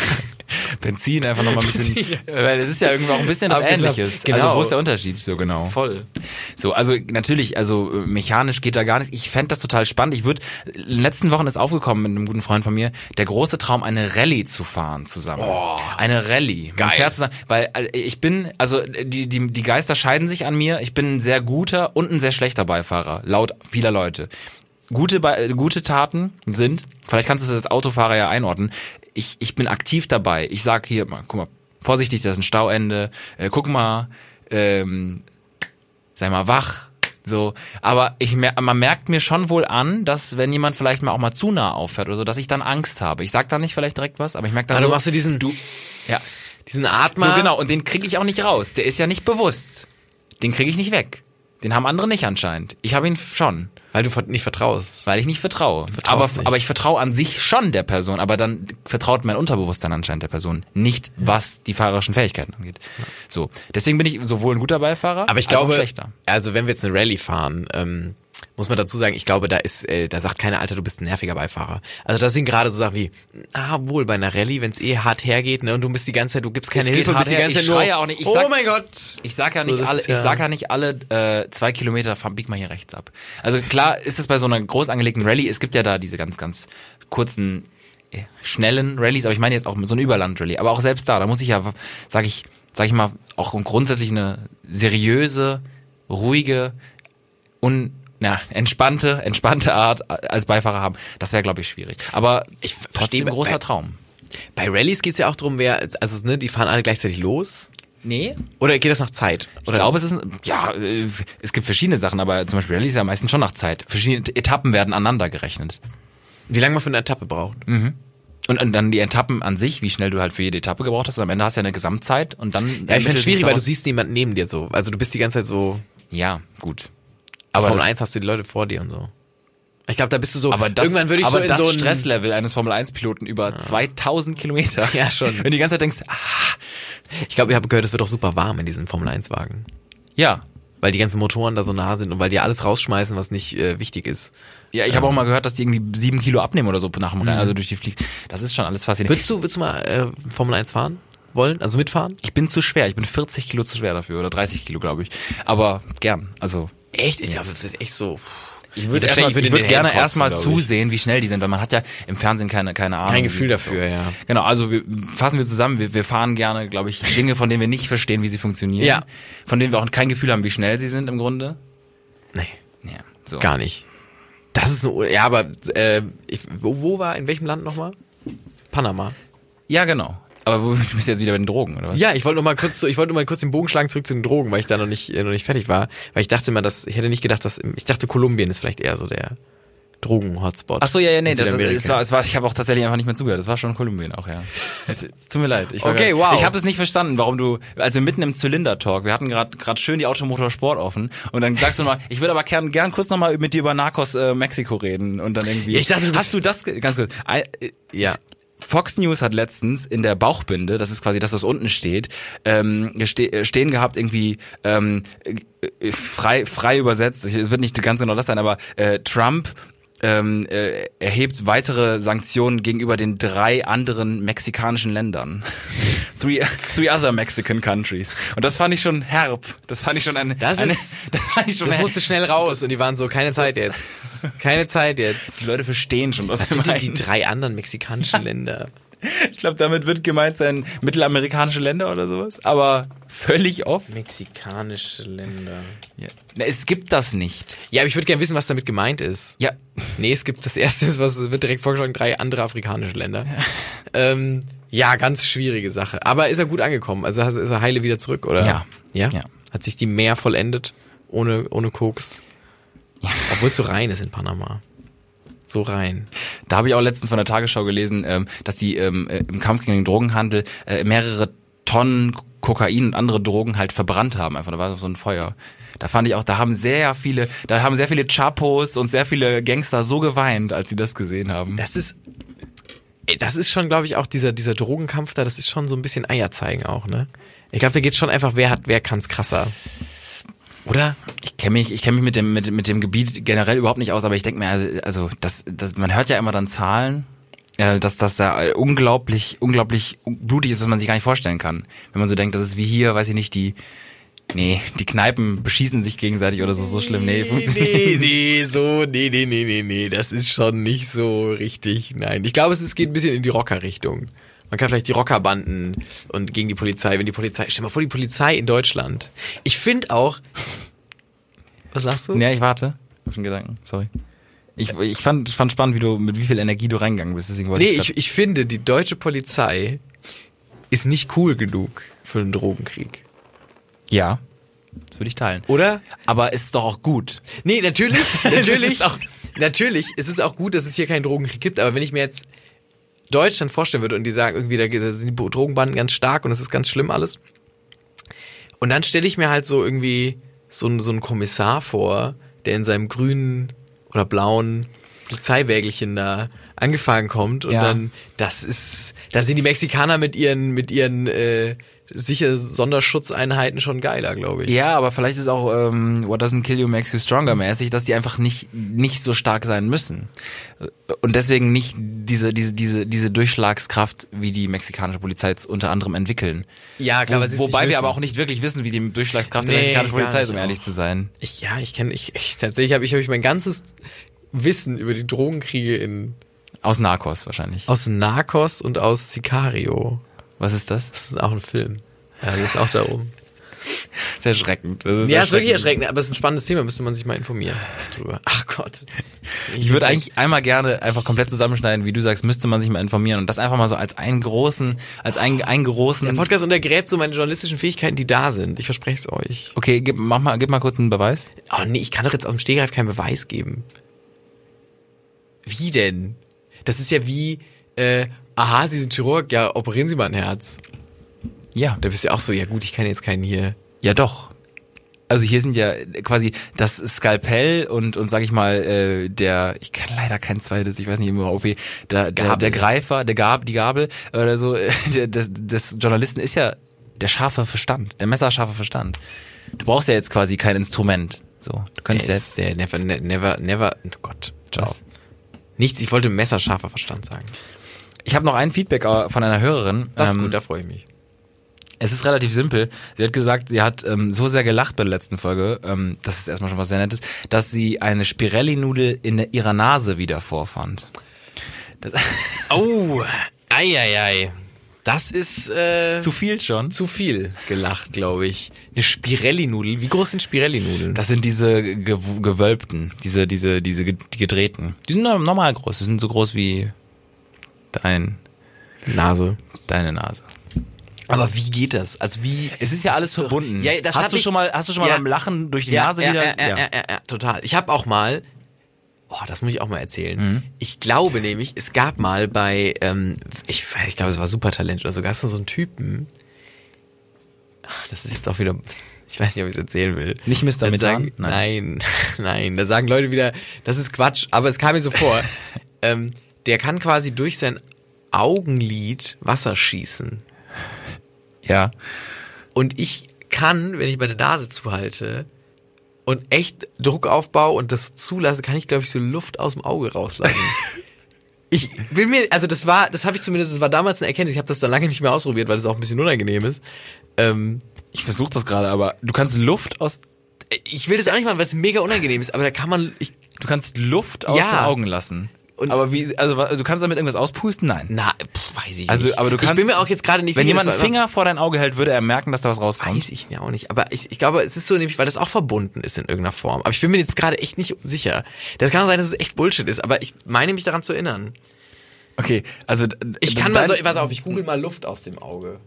Speaker 4: Benzin einfach nochmal ein bisschen, weil es ist ja irgendwie auch ein bisschen was Ähnliches.
Speaker 5: Genau.
Speaker 4: Also wo ist der Unterschied? So genau.
Speaker 5: Voll.
Speaker 4: So, also natürlich, also äh, mechanisch geht da gar nichts. Ich fände das total spannend. Ich würde, in den letzten Wochen ist aufgekommen mit einem guten Freund von mir, der große Traum, eine Rallye zu fahren zusammen.
Speaker 5: Oh,
Speaker 4: eine Rallye. Man
Speaker 5: geil.
Speaker 4: fährt zusammen, weil äh, ich bin, also die, die, die Geister scheiden sich an mir. Ich bin ein sehr guter und ein sehr schlechter Beifahrer, laut vieler Leute. Gute, Be- gute Taten sind, vielleicht kannst du es als Autofahrer ja einordnen, ich, ich bin aktiv dabei. Ich sag hier mal, guck mal, vorsichtig, das ist ein Stauende, äh, guck mal, ähm, sei mal wach, so. Aber ich mer- man merkt mir schon wohl an, dass wenn jemand vielleicht mal auch mal zu nah auffährt oder so, dass ich dann Angst habe. Ich sag da nicht vielleicht direkt was, aber ich merke dann
Speaker 5: Also
Speaker 4: so,
Speaker 5: machst du diesen,
Speaker 4: du, ja,
Speaker 5: diesen Atmer.
Speaker 4: so genau, und den kriege ich auch nicht raus. Der ist ja nicht bewusst. Den kriege ich nicht weg. Den haben andere nicht anscheinend. Ich habe ihn schon.
Speaker 5: Weil du nicht vertraust.
Speaker 4: Weil ich nicht vertraue.
Speaker 5: vertraust
Speaker 4: Aber,
Speaker 5: nicht.
Speaker 4: aber ich vertraue an sich schon der Person, aber dann vertraut mein Unterbewusstsein anscheinend der Person nicht, was die fahrerischen Fähigkeiten angeht. So. Deswegen bin ich sowohl ein guter Beifahrer,
Speaker 5: Aber ich
Speaker 4: als auch ein
Speaker 5: glaube,
Speaker 4: schlechter.
Speaker 5: also wenn wir jetzt eine Rallye fahren, ähm, muss man dazu sagen, ich glaube, da ist, äh, da sagt keiner, Alter, du bist ein nerviger Beifahrer. Also das sind gerade so Sachen wie, ah, wohl bei einer Rallye, wenn es eh hart hergeht, ne, und du bist die ganze Zeit, du gibst keine
Speaker 4: Es geht
Speaker 5: Hilfe,
Speaker 4: hart
Speaker 5: bist die
Speaker 4: her.
Speaker 5: ganze
Speaker 4: Ich
Speaker 5: Zeit nur,
Speaker 4: schreie auch nicht. Ich
Speaker 5: oh
Speaker 4: sag-
Speaker 5: mein Gott.
Speaker 4: Ich sag ja
Speaker 5: So,
Speaker 4: nicht
Speaker 5: das
Speaker 4: alle,
Speaker 5: ist ja-
Speaker 4: ich sag ja nicht alle äh, zwei Kilometer, fahr- bieg mal hier rechts ab. Also klar ist es bei so einer groß angelegten Rallye, es gibt ja da diese ganz, ganz kurzen, äh, schnellen Rallyes, aber ich meine jetzt auch so eine Überland-Rallye. Aber auch selbst da, da muss ich ja, sag ich, sag ich mal, auch grundsätzlich eine seriöse, ruhige und na, entspannte, entspannte Art als Beifahrer haben. Das wäre, glaube ich, schwierig. Aber
Speaker 5: Ich
Speaker 4: trotzdem
Speaker 5: verstehe,
Speaker 4: ein großer
Speaker 5: bei-
Speaker 4: Traum.
Speaker 5: Bei Rallyes geht's ja auch darum, wer, also ne, die fahren alle gleichzeitig los.
Speaker 4: Nee,
Speaker 5: Oder geht das nach Zeit?
Speaker 4: ich
Speaker 5: Oder?
Speaker 4: glaube, es ist, ein- ja, äh, es gibt verschiedene Sachen, aber zum Beispiel Rallye ist ja meistens schon nach Zeit. Verschiedene Etappen werden aneinander gerechnet.
Speaker 5: Wie lange man für eine Etappe braucht.
Speaker 4: Und, und dann die Etappen an sich, wie schnell du halt für jede Etappe gebraucht hast. Und am Ende hast du ja eine Gesamtzeit und dann...
Speaker 5: Ja, ich
Speaker 4: ermittelt
Speaker 5: finde
Speaker 4: sich
Speaker 5: schwierig, weil du
Speaker 4: daraus-
Speaker 5: siehst niemanden neben dir so. Also du bist die ganze Zeit so,
Speaker 4: Ja, gut.
Speaker 5: aber
Speaker 4: Aber
Speaker 5: Formel
Speaker 4: das,
Speaker 5: eins hast du die Leute vor dir und so. Ich glaube, da bist du so,
Speaker 4: aber das,
Speaker 5: irgendwann würde ich
Speaker 4: aber
Speaker 5: so in
Speaker 4: das
Speaker 5: so ein,
Speaker 4: Stresslevel eines Formel eins Piloten über zweitausend Kilometer.
Speaker 5: Ja, schon.
Speaker 4: Wenn du die ganze Zeit denkst, ah,
Speaker 5: ich glaube, ich habe gehört, es wird auch super warm in diesem Formel eins Wagen.
Speaker 4: ja.
Speaker 5: Weil die ganzen Motoren da so nah sind und weil die alles rausschmeißen, was nicht äh, wichtig ist.
Speaker 4: Ja, ich habe auch mal gehört, dass die irgendwie sieben Kilo abnehmen oder so nach dem Rennen, also durch die Flieg. Das ist schon alles faszinierend.
Speaker 5: Würdest du, würdest du mal äh, Formel eins fahren wollen? Also mitfahren?
Speaker 4: Ich bin zu schwer, ich bin vierzig Kilo zu schwer dafür oder dreißig Kilo, glaube ich. Aber gern, also...
Speaker 5: Echt? Ich glaube, das ist echt so.
Speaker 4: Ich würde
Speaker 5: Ja,
Speaker 4: ich
Speaker 5: würde
Speaker 4: würd
Speaker 5: den
Speaker 4: gerne
Speaker 5: Helm kotzen,
Speaker 4: erstmal
Speaker 5: glaub ich.
Speaker 4: zusehen, wie schnell die sind, weil man hat ja im Fernsehen keine, keine Ahnung.
Speaker 5: Kein Gefühl
Speaker 4: wie-
Speaker 5: dafür,
Speaker 4: so.
Speaker 5: ja.
Speaker 4: Genau, also wir, fassen wir zusammen, wir, wir fahren gerne, glaube ich, Dinge, von denen wir nicht verstehen, wie sie funktionieren.
Speaker 5: Ja.
Speaker 4: Von denen wir auch kein Gefühl haben, wie schnell sie sind im Grunde.
Speaker 5: Nee,
Speaker 4: Ja, so.
Speaker 5: gar nicht. Das ist so, ja, aber äh, ich, wo, wo war, in welchem Land nochmal? Panama.
Speaker 4: Ja, genau. Aber wo, du bist jetzt wieder bei den Drogen, oder was?
Speaker 5: Ja, ich wollte noch mal kurz, zu, ich wollte noch mal kurz den Bogen schlagen zurück zu den Drogen, weil ich da noch nicht, äh, noch nicht fertig war, weil ich dachte immer, dass ich hätte nicht gedacht, dass ich dachte, Kolumbien ist vielleicht eher so der Drogen-Hotspot.
Speaker 4: Ach so, ja, ja, nee,
Speaker 5: in
Speaker 4: das, das,
Speaker 5: Südamerika.
Speaker 4: es war, es war, ich habe auch tatsächlich einfach nicht mehr zugehört. Das war schon Kolumbien auch, ja. Es, es tut mir leid. Ich war
Speaker 5: Okay,
Speaker 4: grad,
Speaker 5: wow.
Speaker 4: Ich habe es nicht verstanden, warum du, also mitten im Zylinder-Talk, wir hatten gerade gerade schön die Automotorsport offen und dann sagst du mal, ich würde aber gern, gern kurz nochmal mit dir über Narcos äh, Mexiko reden und dann irgendwie.
Speaker 5: Ja, ich dachte, du bist-
Speaker 4: hast du das, ge- ganz kurz, ein, äh,
Speaker 5: Ja.
Speaker 4: Fox News hat letztens in der Bauchbinde, das ist quasi das, was unten steht, ähm, ste stehen gehabt irgendwie ähm, äh, frei frei übersetzt. Es wird nicht ganz genau das sein, aber äh, Trump ähm, äh, erhebt weitere Sanktionen gegenüber den drei anderen mexikanischen Ländern. three, three other Mexican countries. Und das fand ich schon herb. Das fand ich schon eine.
Speaker 5: Das
Speaker 4: eine,
Speaker 5: ist-
Speaker 4: das fand ich schon
Speaker 5: Das
Speaker 4: herb.
Speaker 5: musste schnell raus und die waren so, keine Zeit jetzt. Keine Zeit jetzt.
Speaker 4: Die Leute verstehen schon, was,
Speaker 5: Was
Speaker 4: wir
Speaker 5: sind denn
Speaker 4: meinen.
Speaker 5: die drei anderen mexikanischen Länder?
Speaker 4: Ich glaube, damit wird gemeint sein mittelamerikanische Länder oder sowas. Aber völlig off.
Speaker 5: Mexikanische Länder.
Speaker 4: Ja. Na, es gibt das nicht.
Speaker 5: Ja, aber ich würde gerne wissen, was damit gemeint ist.
Speaker 4: Ja.
Speaker 5: Nee, es gibt das erste, was wird direkt vorgeschlagen, drei andere afrikanische Länder. Ja, ähm, ja ganz schwierige Sache. Aber ist er gut angekommen? Also ist er heile wieder zurück, oder?
Speaker 4: Ja.
Speaker 5: Ja?
Speaker 4: Ja.
Speaker 5: Hat sich die Mehr vollendet? Ohne, ohne Koks? Ja. Obwohl es so rein ist in Panama. So rein.
Speaker 4: Da habe ich auch letztens von der Tagesschau gelesen, ähm, dass die ähm, äh, im Kampf gegen den Drogenhandel äh, mehrere Tonnen Kokain und andere Drogen halt verbrannt haben. Einfach, da war so ein Feuer. Da fand ich auch, da haben sehr viele, da haben sehr viele Chapos und sehr viele Gangster so geweint, als sie das gesehen haben.
Speaker 5: Das ist, ey, das ist schon, glaube ich, auch dieser, dieser Drogenkampf da, das ist schon so ein bisschen Eier zeigen auch, ne? Ich glaube, da geht's schon einfach, wer hat, wer kann's krasser. Oder?
Speaker 4: Ich kenne mich, ich kenne mich mit dem mit, mit dem Gebiet generell überhaupt nicht aus, aber ich denke mir, also das, das, man hört ja immer dann Zahlen, äh, dass das da unglaublich, unglaublich blutig ist, was man sich gar nicht vorstellen kann. Wenn man so denkt, das ist wie hier, weiß ich nicht, die, nee, die Kneipen beschießen sich gegenseitig oder so, so schlimm, nee, funktioniert
Speaker 5: Nee, nee, so, nee, nee, nee, nee, nee, das ist schon nicht so richtig, nein. Ich glaube, es ist, geht ein bisschen in die Rocker-Richtung. Man kann vielleicht die Rockerbanden und gegen die Polizei, wenn die Polizei, stell mal vor, die Polizei in Deutschland. Ich finde auch, was lachst du?
Speaker 4: Ja, ich warte. Auf den Gedanken, sorry. Ich, ich fand, fand spannend, wie du, mit wie viel Energie du reingegangen bist, deswegen wollte
Speaker 5: Nee,
Speaker 4: ich,
Speaker 5: ich, ich finde, die deutsche Polizei ist nicht cool genug für einen Drogenkrieg.
Speaker 4: ja, das würde ich teilen.
Speaker 5: Oder?
Speaker 4: Aber es ist doch auch gut.
Speaker 5: Nee, natürlich, natürlich,
Speaker 4: ist auch-
Speaker 5: natürlich, es ist auch gut, dass es hier keinen Drogenkrieg gibt, aber wenn ich mir jetzt Deutschland vorstellen würde und die sagen irgendwie, da sind die Drogenbanden ganz stark und es ist ganz schlimm alles. Und dann stelle ich mir halt so irgendwie so, einen- so einen Kommissar vor, der in seinem grünen oder blauen Polizeiwägelchen da angefahren kommt und
Speaker 4: Ja.
Speaker 5: dann, das ist, da sind die Mexikaner mit ihren, mit ihren, äh, sicher Sonderschutzeinheiten schon geiler, glaube ich.
Speaker 4: Ja, aber vielleicht ist auch ähm, What doesn't kill you makes you stronger mäßig, dass die einfach nicht nicht so stark sein müssen und deswegen nicht diese diese diese diese Durchschlagskraft wie die mexikanische Polizei jetzt unter anderem entwickeln.
Speaker 5: Ja, klar,
Speaker 4: Wo,
Speaker 5: weil sie es
Speaker 4: wobei
Speaker 5: nicht
Speaker 4: wir aber
Speaker 5: wissen.
Speaker 4: auch nicht wirklich wissen, wie die Durchschlagskraft der
Speaker 5: Nee,
Speaker 4: mexikanischen
Speaker 5: gar
Speaker 4: Polizei ist, um
Speaker 5: nicht
Speaker 4: ehrlich
Speaker 5: auch.
Speaker 4: zu sein.
Speaker 5: Ich, ja, ich kenne, ich, ich tatsächlich habe ich, hab ich mein ganzes Wissen über die Drogenkriege in
Speaker 4: Aus Narcos wahrscheinlich.
Speaker 5: aus Narcos und aus Sicario.
Speaker 4: Was ist das?
Speaker 5: Das ist auch ein Film. Ja, das ist auch da oben.
Speaker 4: Sehr erschreckend. Das ist
Speaker 5: Ja, ist wirklich erschreckend, aber es ist ein spannendes Thema, müsste man sich mal informieren drüber. Ach Gott.
Speaker 4: Ich würde eigentlich einmal gerne einfach komplett zusammenschneiden, wie du sagst, müsste man sich mal informieren und das einfach mal so als einen großen, als einen, einen großen.
Speaker 5: Der Podcast untergräbt so meine journalistischen Fähigkeiten, die da sind. Ich verspreche es euch.
Speaker 4: Okay, gib, mach mal, gib mal kurz einen Beweis.
Speaker 5: Oh nee, ich kann doch jetzt aus dem Stegreif keinen Beweis geben. Wie denn? Das ist ja wie, äh, aha, Sie sind Chirurg, ja, operieren Sie mal ein Herz.
Speaker 4: Ja.
Speaker 5: Da bist du ja auch so, ja gut, ich kann jetzt keinen hier.
Speaker 4: Ja, doch. Also hier sind ja quasi das Skalpell und und sag ich mal äh, der, ich kann leider kein zweites, ich weiß nicht im O P, der, der,
Speaker 5: Gabel.
Speaker 4: der Greifer, der Gab, die Gabel oder so, äh, der, des, des Journalisten ist ja der scharfe Verstand, der messerscharfe Verstand. Du brauchst ja jetzt quasi kein Instrument. So, du
Speaker 5: Der
Speaker 4: könntest
Speaker 5: ist
Speaker 4: jetzt.
Speaker 5: der never, ne- never, never, oh Gott, ciao.
Speaker 4: Was?
Speaker 5: Nichts, ich wollte messerscharfer Verstand sagen.
Speaker 4: Ich habe noch ein Feedback äh, von einer Hörerin.
Speaker 5: Das ist
Speaker 4: Ähm,
Speaker 5: gut, da freue ich mich.
Speaker 4: Es ist relativ simpel. Sie hat gesagt, sie hat ähm, so sehr gelacht bei der letzten Folge, ähm, das ist erstmal schon was sehr Nettes, dass sie eine Spirelli-Nudel in ihrer Nase wieder vorfand. Das
Speaker 5: Oh, eieiei. Das ist äh,
Speaker 4: zu viel schon.
Speaker 5: zu viel gelacht, glaube ich. Eine Spirelli-Nudel. Wie groß sind Spirelli-Nudeln?
Speaker 4: Das sind diese ge gewölbten, diese, diese, diese ge- die gedrehten. Die sind normal groß. Die sind so groß wie dein,
Speaker 5: Nase.
Speaker 4: deine Nase.
Speaker 5: Aber wie geht das? Also wie?
Speaker 4: Es ist ja alles
Speaker 5: doch-
Speaker 4: verbunden.
Speaker 5: Ja, das
Speaker 4: hast
Speaker 5: hab
Speaker 4: du
Speaker 5: ich-
Speaker 4: schon mal, hast du schon mal
Speaker 5: Ja.
Speaker 4: beim Lachen durch die
Speaker 5: ja,
Speaker 4: Nase
Speaker 5: ja,
Speaker 4: wieder?
Speaker 5: Ja, ja, ja, ja, ja, total. Ich habe auch mal Oh, das muss ich auch mal erzählen. Mhm. Ich glaube nämlich, es gab mal bei, ähm, ich, ich glaube, es war Supertalent oder so, gab es so einen Typen. Ach, das ist jetzt auch wieder, ich weiß nicht, ob ich es erzählen will.
Speaker 4: Nicht Mister Methan?
Speaker 5: Sagen, nein, nein, da sagen Leute wieder, das ist Quatsch, aber es kam mir so vor. ähm, der kann quasi durch sein Augenlid Wasser schießen.
Speaker 4: Ja.
Speaker 5: Und ich kann, wenn ich meine Nase zuhalte und echt Druck aufbaue und das zulasse, kann ich, glaube ich, so Luft aus dem Auge rauslassen. Ich bin mir, also das war, das habe ich zumindest, das war damals eine Erkenntnis, ich habe das dann lange nicht mehr ausprobiert, weil das auch ein bisschen unangenehm ist. Ähm,
Speaker 4: ich versuche das gerade, aber du kannst Luft aus...
Speaker 5: Ich will das auch nicht machen, weil es mega unangenehm ist, aber da kann man... Ich,
Speaker 4: du kannst Luft aus
Speaker 5: ja.
Speaker 4: den Augen lassen.
Speaker 5: Und
Speaker 4: aber wie, also du kannst damit irgendwas auspusten? Nein.
Speaker 5: Na, pff, weiß ich
Speaker 4: also,
Speaker 5: nicht.
Speaker 4: Aber du kannst,
Speaker 5: ich bin mir auch jetzt gerade nicht
Speaker 4: wenn
Speaker 5: sicher.
Speaker 4: Wenn jemand einen Finger vor dein Auge hält, würde er merken, dass da was rauskommt.
Speaker 5: Weiß ich ja auch nicht. Aber ich, ich glaube, es ist so nämlich, weil das auch verbunden ist in irgendeiner Form. Aber ich bin mir jetzt gerade echt nicht sicher. Das kann sein, dass es echt Bullshit ist, aber ich meine mich daran zu erinnern.
Speaker 4: Okay, also...
Speaker 5: Ich kann mal so, pass auf, ich google mal Luft aus dem Auge.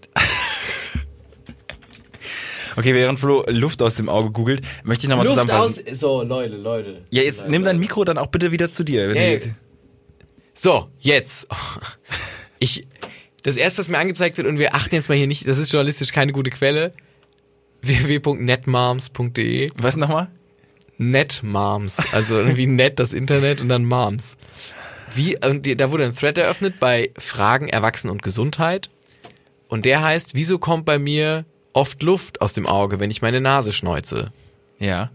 Speaker 4: Okay, während Flo Luft aus dem Auge googelt, möchte ich nochmal zusammenfassen.
Speaker 5: Aus, so, Leute, Leute.
Speaker 4: Ja, jetzt
Speaker 5: Leute,
Speaker 4: nimm dein
Speaker 5: Leute.
Speaker 4: Mikro dann auch bitte wieder zu dir. Wenn
Speaker 5: Hey.
Speaker 4: du
Speaker 5: So, jetzt. Ich, das erste, was mir angezeigt wird, und wir achten jetzt mal hier nicht, das ist journalistisch keine gute Quelle, w w w punkt netmoms punkt d e.
Speaker 4: Was nochmal?
Speaker 5: Netmoms, also irgendwie net das Internet und dann Moms. Wie, und die, da wurde ein Thread eröffnet bei Fragen Erwachsen und Gesundheit und der heißt, wieso kommt bei mir oft Luft aus dem Auge, wenn ich meine Nase schneuze?
Speaker 4: Ja.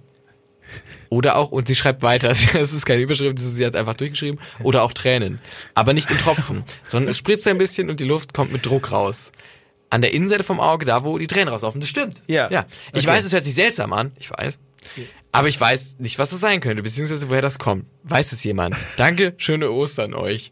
Speaker 5: Oder auch, und sie schreibt weiter, es ist keine Überschrift, sie hat einfach durchgeschrieben, oder auch Tränen. Aber nicht in Tropfen, sondern es spritzt ein bisschen und die Luft kommt mit Druck raus. An der Innenseite vom Auge, da wo die Tränen rauslaufen. Das stimmt.
Speaker 4: Ja.
Speaker 5: Ja. Ich
Speaker 4: Okay.
Speaker 5: weiß, es hört sich seltsam an, ich weiß. Aber ich weiß nicht, was das sein könnte, beziehungsweise woher das kommt. Weiß es jemand? Danke, schöne Ostern euch.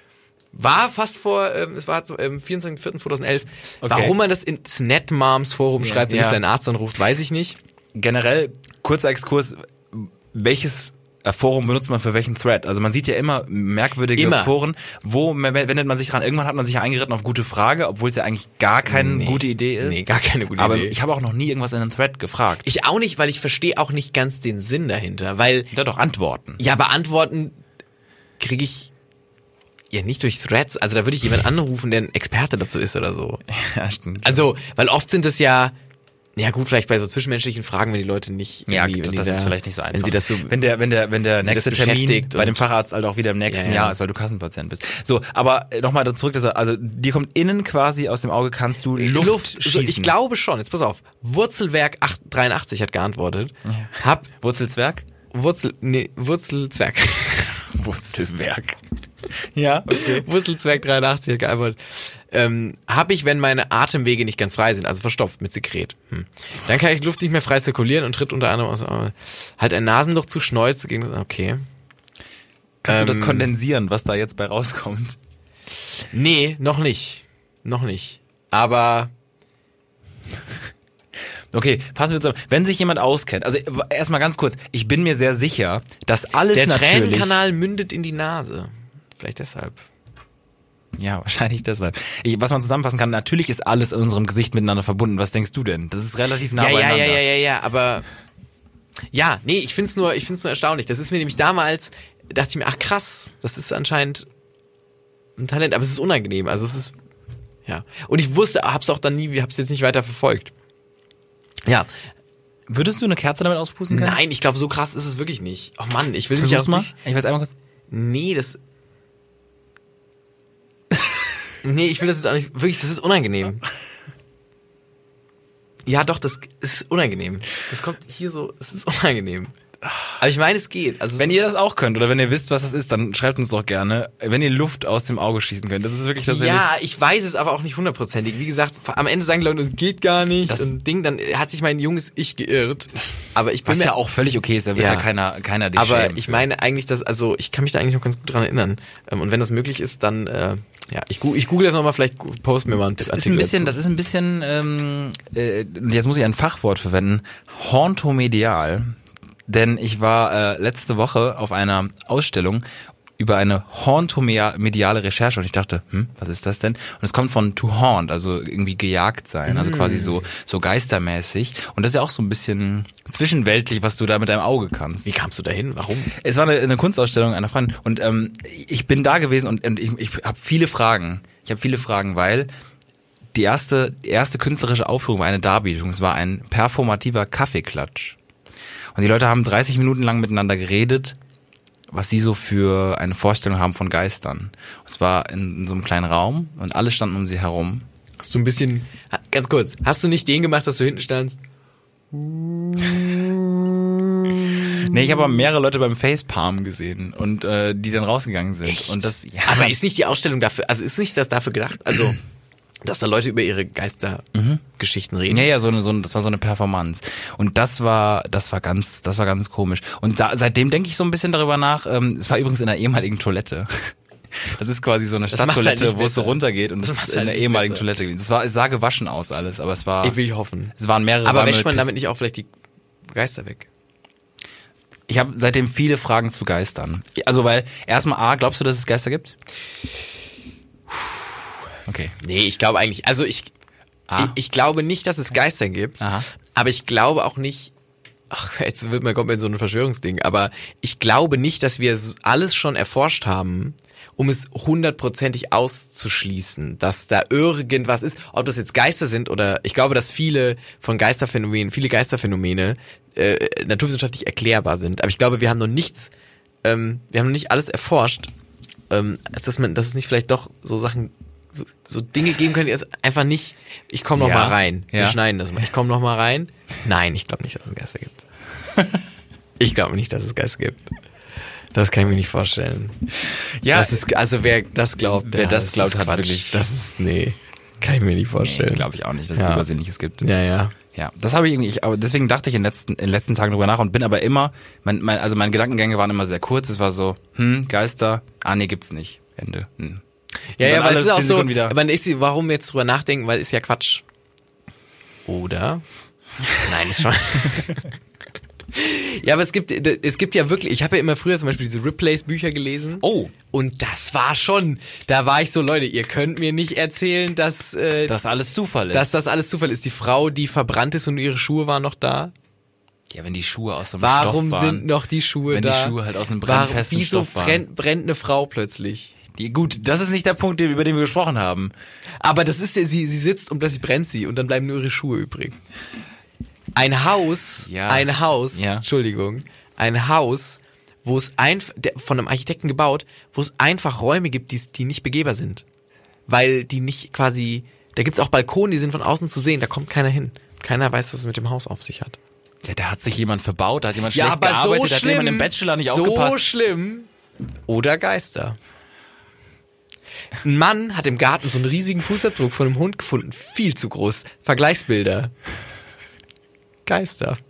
Speaker 5: War fast vor, ähm, es war so, ähm, vierundzwanzigster vierter zweitausendelf.
Speaker 4: Okay.
Speaker 5: Warum man das ins Netmoms-Forum schreibt und
Speaker 4: Ja.
Speaker 5: nicht seinen Arzt anruft, weiß ich nicht.
Speaker 4: Generell, kurzer Exkurs, welches Forum benutzt man für welchen Thread? Also man sieht ja immer merkwürdige
Speaker 5: Immer.
Speaker 4: Foren, wo wendet man sich dran? Irgendwann hat man sich ja eingeritten auf gute Frage, obwohl es ja eigentlich gar keine
Speaker 5: Nee.
Speaker 4: gute Idee ist.
Speaker 5: Nee, gar keine gute
Speaker 4: Aber
Speaker 5: Idee.
Speaker 4: ich habe auch noch nie irgendwas in einem Thread gefragt.
Speaker 5: Ich auch nicht, weil ich verstehe auch nicht ganz den Sinn dahinter, weil,
Speaker 4: Ja doch, Antworten.
Speaker 5: ja, aber Antworten kriege ich ja nicht durch Threads, also da würde ich jemanden anrufen, der ein Experte dazu ist oder so.
Speaker 4: Ja, stimmt.
Speaker 5: Also, weil oft sind es ja, ja gut, vielleicht bei so zwischenmenschlichen Fragen, wenn die Leute nicht
Speaker 4: Ja,
Speaker 5: irgendwie, wenn
Speaker 4: das
Speaker 5: die
Speaker 4: ist
Speaker 5: da,
Speaker 4: vielleicht nicht so einfach.
Speaker 5: Wenn sie das so,
Speaker 4: wenn der, wenn der, wenn der
Speaker 5: sie
Speaker 4: nächste
Speaker 5: das
Speaker 4: Termin
Speaker 5: beschäftigt
Speaker 4: bei dem
Speaker 5: und-
Speaker 4: Facharzt halt auch wieder im nächsten
Speaker 5: Ja, ja.
Speaker 4: Jahr ist, weil du Kassenpatient bist. So, aber nochmal zurück, dass er- also dir kommt innen quasi aus dem Auge, kannst du Luft,
Speaker 5: Luft so,
Speaker 4: schießen.
Speaker 5: ich glaube schon, jetzt pass auf, Wurzelwerk acht, dreiundachtzig hat geantwortet, hab
Speaker 4: Wurzelzwerg?
Speaker 5: Wurzel, nee, Wurzelzwerg.
Speaker 4: Wurzelwerk. Ja, okay.
Speaker 5: Wurzelzwerg dreiundachtzig hat geantwortet. Ähm, habe ich, wenn meine Atemwege nicht ganz frei sind, also verstopft mit Sekret. Hm. Dann kann ich Luft nicht mehr frei zirkulieren und tritt unter anderem aus, äh, halt ein Nasenloch zu Schneuze gegen das, okay.
Speaker 4: Kannst
Speaker 5: Ähm,
Speaker 4: du das kondensieren, was da jetzt bei rauskommt?
Speaker 5: Nee, noch nicht. Noch nicht. Aber
Speaker 4: Okay, fassen wir zusammen. Wenn sich jemand auskennt, also erstmal ganz kurz, ich bin mir sehr sicher, dass alles
Speaker 5: der
Speaker 4: natürlich...
Speaker 5: Tränenkanal mündet in die Nase. Vielleicht deshalb.
Speaker 4: Ja, wahrscheinlich deshalb. Ich, was man zusammenfassen kann, natürlich ist alles in unserem Gesicht miteinander verbunden. Was denkst du denn? Das ist relativ nah
Speaker 5: Ja, ja,
Speaker 4: beieinander.
Speaker 5: ja, ja, ja, ja, aber ja, nee, ich find's nur, ich find's nur erstaunlich. Das ist mir nämlich damals, dachte ich mir, ach krass, das ist anscheinend ein Talent, aber es ist unangenehm. Also es ist, ja. Und ich wusste, hab's auch dann nie, hab's jetzt nicht weiter verfolgt. Ja.
Speaker 4: Würdest du eine Kerze damit auspusten können?
Speaker 5: Nein, ich glaube, so krass ist es wirklich nicht. Oh Mann, ich will mich
Speaker 4: Versuch's
Speaker 5: auch
Speaker 4: mal.
Speaker 5: nicht.
Speaker 4: Ich weiß einmal kurz.
Speaker 5: Nee, das. Nee, ich will das jetzt auch nicht. Wirklich, das ist unangenehm. Ja, doch, das ist unangenehm. Das kommt hier so, das ist unangenehm. Aber ich meine, es geht. Also
Speaker 4: Wenn
Speaker 5: es
Speaker 4: ihr
Speaker 5: ist-
Speaker 4: das auch könnt oder wenn ihr wisst, was das ist, dann schreibt uns doch gerne, wenn ihr Luft aus dem Auge schießen könnt. Das ist wirklich tatsächlich...
Speaker 5: Ja, ich weiß es aber auch nicht hundertprozentig. Wie gesagt, am Ende sagen die Leute, es geht gar nicht.
Speaker 4: Das-
Speaker 5: und Ding, dann hat sich mein junges Ich geirrt. Aber ich bin
Speaker 4: Was
Speaker 5: mir
Speaker 4: ja auch völlig okay ist, da wird ja,
Speaker 5: Ja.
Speaker 4: keiner, keiner dich
Speaker 5: Aber
Speaker 4: schämen
Speaker 5: ich
Speaker 4: für.
Speaker 5: meine eigentlich, dass, also ich kann mich da eigentlich noch ganz gut dran erinnern. Ähm, Und wenn das möglich ist, dann, äh, ja, ich, gu- ich google das nochmal, vielleicht gu- post mir mal ein
Speaker 4: Das ist ein bisschen, das ist ein bisschen, ähm, äh, jetzt muss ich ein Fachwort verwenden, horntomedial. Denn ich war äh, letzte Woche auf einer Ausstellung über eine hauntomediale Recherche und ich dachte, hm, was ist das denn? Und es kommt von to haunt, also irgendwie gejagt sein, also quasi so so geistermäßig und das ist ja auch so ein bisschen zwischenweltlich, was du da mit deinem Auge kannst.
Speaker 5: Wie kamst du dahin? Warum?
Speaker 4: Es war eine, eine Kunstausstellung einer Freundin und ähm, ich bin da gewesen und, und ich, ich habe viele Fragen. Ich habe viele Fragen, weil die erste die erste künstlerische Aufführung war eine Darbietung. Es war ein performativer Kaffeeklatsch. Und die Leute haben dreißig Minuten lang miteinander geredet, was sie so für eine Vorstellung haben von Geistern. Und es war in, in so einem kleinen Raum und alle standen um sie herum.
Speaker 5: Hast du ein bisschen, ganz kurz, hast du nicht den gemacht, dass du hinten standst?
Speaker 4: Nee, ich habe aber mehrere Leute beim Facepalm gesehen und äh, die dann rausgegangen sind.
Speaker 5: Echt?
Speaker 4: Und das, ja.
Speaker 5: Aber ist nicht die Ausstellung dafür, also ist nicht das dafür gedacht, also dass da Leute über ihre Geistergeschichten reden?
Speaker 4: Ja, ja, so eine, so eine, das war so eine Performance. Und das war, das war ganz, das war ganz komisch. Und da, seitdem denke ich so ein bisschen darüber nach. Ähm, es war übrigens in einer ehemaligen Toilette. Das ist quasi so eine
Speaker 5: Das macht's halt
Speaker 4: Stadttoilette,
Speaker 5: nicht
Speaker 4: wo es so
Speaker 5: besser.
Speaker 4: runtergeht und das,
Speaker 5: Das
Speaker 4: ist
Speaker 5: macht's
Speaker 4: in
Speaker 5: halt
Speaker 4: der
Speaker 5: nicht
Speaker 4: ehemaligen
Speaker 5: besser.
Speaker 4: Toilette gewesen. Es war, es sah gewaschen aus alles, aber es war,
Speaker 5: Ich will hoffen.
Speaker 4: es waren mehrere
Speaker 5: Aber
Speaker 4: Räume
Speaker 5: wäscht man
Speaker 4: mit
Speaker 5: damit nicht auch vielleicht die Geister weg?
Speaker 4: Ich habe seitdem viele Fragen zu Geistern. Also weil, erstmal A, glaubst du, dass es Geister gibt? Okay.
Speaker 5: Nee, ich glaube eigentlich, also ich,
Speaker 4: Ah.
Speaker 5: ich, ich glaube nicht, dass es Geister gibt,
Speaker 4: Aha.
Speaker 5: aber ich glaube auch nicht, ach, jetzt wird man kommt in so ein Verschwörungsding, aber ich glaube nicht, dass wir so alles schon erforscht haben, um es hundertprozentig auszuschließen, dass da irgendwas ist, ob das jetzt Geister sind oder, ich glaube, dass viele von Geisterphänomenen, viele Geisterphänomene äh, naturwissenschaftlich erklärbar sind, aber ich glaube, wir haben noch nichts, ähm, wir haben noch nicht alles erforscht, ähm, dass man, dass es nicht vielleicht doch so Sachen So, so Dinge geben können, die es einfach nicht, ich komme noch
Speaker 4: Ja,
Speaker 5: mal rein. Wir
Speaker 4: ja.
Speaker 5: schneiden das mal. Ich komme noch mal rein. Nein, ich glaube nicht, dass es Geister gibt. Ich glaube nicht, dass es Geister gibt. Das kann ich mir nicht vorstellen.
Speaker 4: Ja,
Speaker 5: das ist, also wer das glaubt,
Speaker 4: wer
Speaker 5: der,
Speaker 4: das glaubt,
Speaker 5: ist
Speaker 4: hat
Speaker 5: Quatsch.
Speaker 4: wirklich-
Speaker 5: Das ist, nee, kann ich mir nicht vorstellen.
Speaker 4: glaube ich auch nicht, dass es
Speaker 5: Ja.
Speaker 4: Übersinnliches gibt.
Speaker 5: Ja, ja.
Speaker 4: Ja, das habe ich irgendwie, ich, aber deswegen dachte ich in den letzten, in den letzten Tagen drüber nach und bin aber immer, mein, mein, also meine Gedankengänge waren immer sehr kurz. Es war so, hm, Geister, ah nee, gibt's nicht. Ende. Hm.
Speaker 5: Ja,
Speaker 4: Und
Speaker 5: ja,
Speaker 4: dann
Speaker 5: weil
Speaker 4: alle
Speaker 5: es ist auch
Speaker 4: zehn
Speaker 5: so,
Speaker 4: Sekunden wieder-
Speaker 5: aber ist, warum jetzt drüber nachdenken, weil ist ja Quatsch. Oder? Nein, ist schon. Ja, aber es gibt, es gibt ja wirklich, ich habe ja immer früher zum Beispiel diese Riplays-Bücher gelesen.
Speaker 4: Oh.
Speaker 5: Und das war schon, da war ich so, Leute, ihr könnt mir nicht erzählen, dass, äh,
Speaker 4: Dass alles Zufall ist.
Speaker 5: dass das alles Zufall ist. Die Frau, die verbrannt ist und ihre Schuhe waren noch da.
Speaker 4: ja, wenn die Schuhe aus so einem
Speaker 5: Warum
Speaker 4: Stoff waren.
Speaker 5: sind noch die Schuhe
Speaker 4: wenn die
Speaker 5: da?
Speaker 4: Schuhe halt aus einem
Speaker 5: Warum,
Speaker 4: brennfesten
Speaker 5: wieso
Speaker 4: Stoff waren.
Speaker 5: brennt, brennt eine Frau plötzlich?
Speaker 4: Die, gut, das ist nicht der Punkt, den- über den wir gesprochen haben.
Speaker 5: Aber das ist ja, sie, sie sitzt und plötzlich brennt sie und dann bleiben nur ihre Schuhe übrig. Ein Haus,
Speaker 4: Ja.
Speaker 5: ein Haus,
Speaker 4: Ja.
Speaker 5: Entschuldigung, ein Haus, wo es einfach, von einem Architekten gebaut, wo es einfach Räume gibt, die, die nicht begehbar sind. Weil die nicht quasi, da gibt's auch Balkone, die sind von außen zu sehen, da kommt keiner hin. Keiner weiß, was es mit dem Haus auf sich hat.
Speaker 4: Ja, da hat sich jemand verbaut, da hat jemand schlecht gearbeitet, da hat jemand im Bachelor nicht
Speaker 5: so
Speaker 4: aufgepasst.
Speaker 5: schlimm. Oder Geister. Ein Mann hat im Garten so einen riesigen Fußabdruck von einem Hund gefunden. Viel zu groß. Vergleichsbilder. Geister.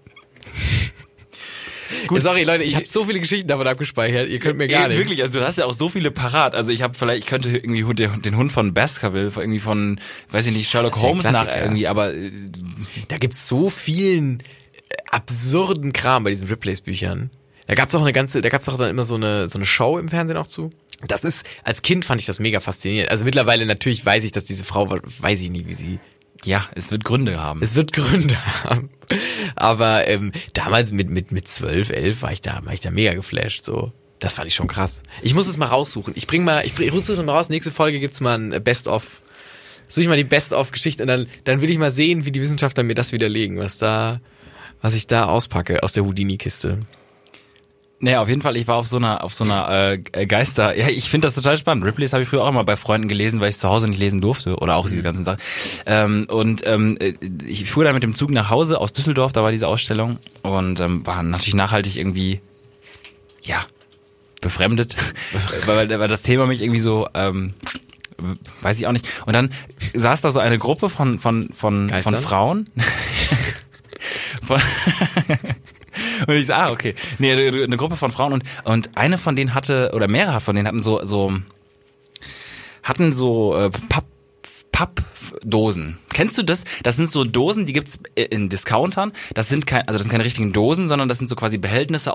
Speaker 5: Gut. Sorry, Leute, ich habe so viele Geschichten davon abgespeichert. Ihr könnt mir gar
Speaker 4: Ey,
Speaker 5: nichts.
Speaker 4: Wirklich, also du hast ja auch so viele parat. Also ich habe vielleicht, ich könnte irgendwie Hund- den, den Hund von Baskerville, von irgendwie von, weiß ich nicht, Sherlock
Speaker 5: Das ist ja
Speaker 4: Holmes
Speaker 5: ein
Speaker 4: nach
Speaker 5: Klassiker.
Speaker 4: irgendwie, aber äh,
Speaker 5: Da gibt's so vielen äh, absurden Kram bei diesen Riplays-Büchern. Da gab's auch eine ganze, da gab's auch dann immer so eine so eine Show im Fernsehen auch zu. Das ist, als Kind fand ich das mega faszinierend. Also mittlerweile natürlich weiß ich, dass diese Frau, weiß ich nie, wie sie,
Speaker 4: ja, es wird Gründe haben.
Speaker 5: es wird Gründe haben. Aber ähm, damals mit mit mit zwölf, elf war ich da, war ich da mega geflasht. So, das fand ich schon krass. Ich muss es mal raussuchen. Ich bring mal, ich bring, ich suche es mal raus. Nächste Folge gibt's mal ein Best-of. Suche ich mal die Best-of-Geschichte und dann dann will ich mal sehen, wie die Wissenschaftler mir das widerlegen, was da, was ich da auspacke aus der Houdini-Kiste.
Speaker 4: Naja, auf jeden Fall, ich war auf so einer, auf so einer äh, Geister, ja, ich finde das total spannend. Ripley's habe ich früher auch immer bei Freunden gelesen, weil ich zu Hause nicht lesen durfte oder auch diese ganzen Sachen. Ähm, und ähm, ich fuhr dann mit dem Zug nach Hause aus Düsseldorf, da war diese Ausstellung und ähm, war natürlich nachhaltig irgendwie, ja, befremdet, weil, weil das Thema mich irgendwie so, ähm, weiß ich auch nicht. Und dann saß da so eine Gruppe von von von
Speaker 5: Geistern?
Speaker 4: von Frauen. von Und ich so, ah, okay. Nee, eine Gruppe von Frauen und, und eine von denen hatte, oder mehrere von denen hatten so, so, hatten so äh, Papp, Pappdosen. Kennst du das? Das sind so Dosen, die gibt's in Discountern. Das sind kein, also das sind keine richtigen Dosen, sondern das sind so quasi Behältnisse aus so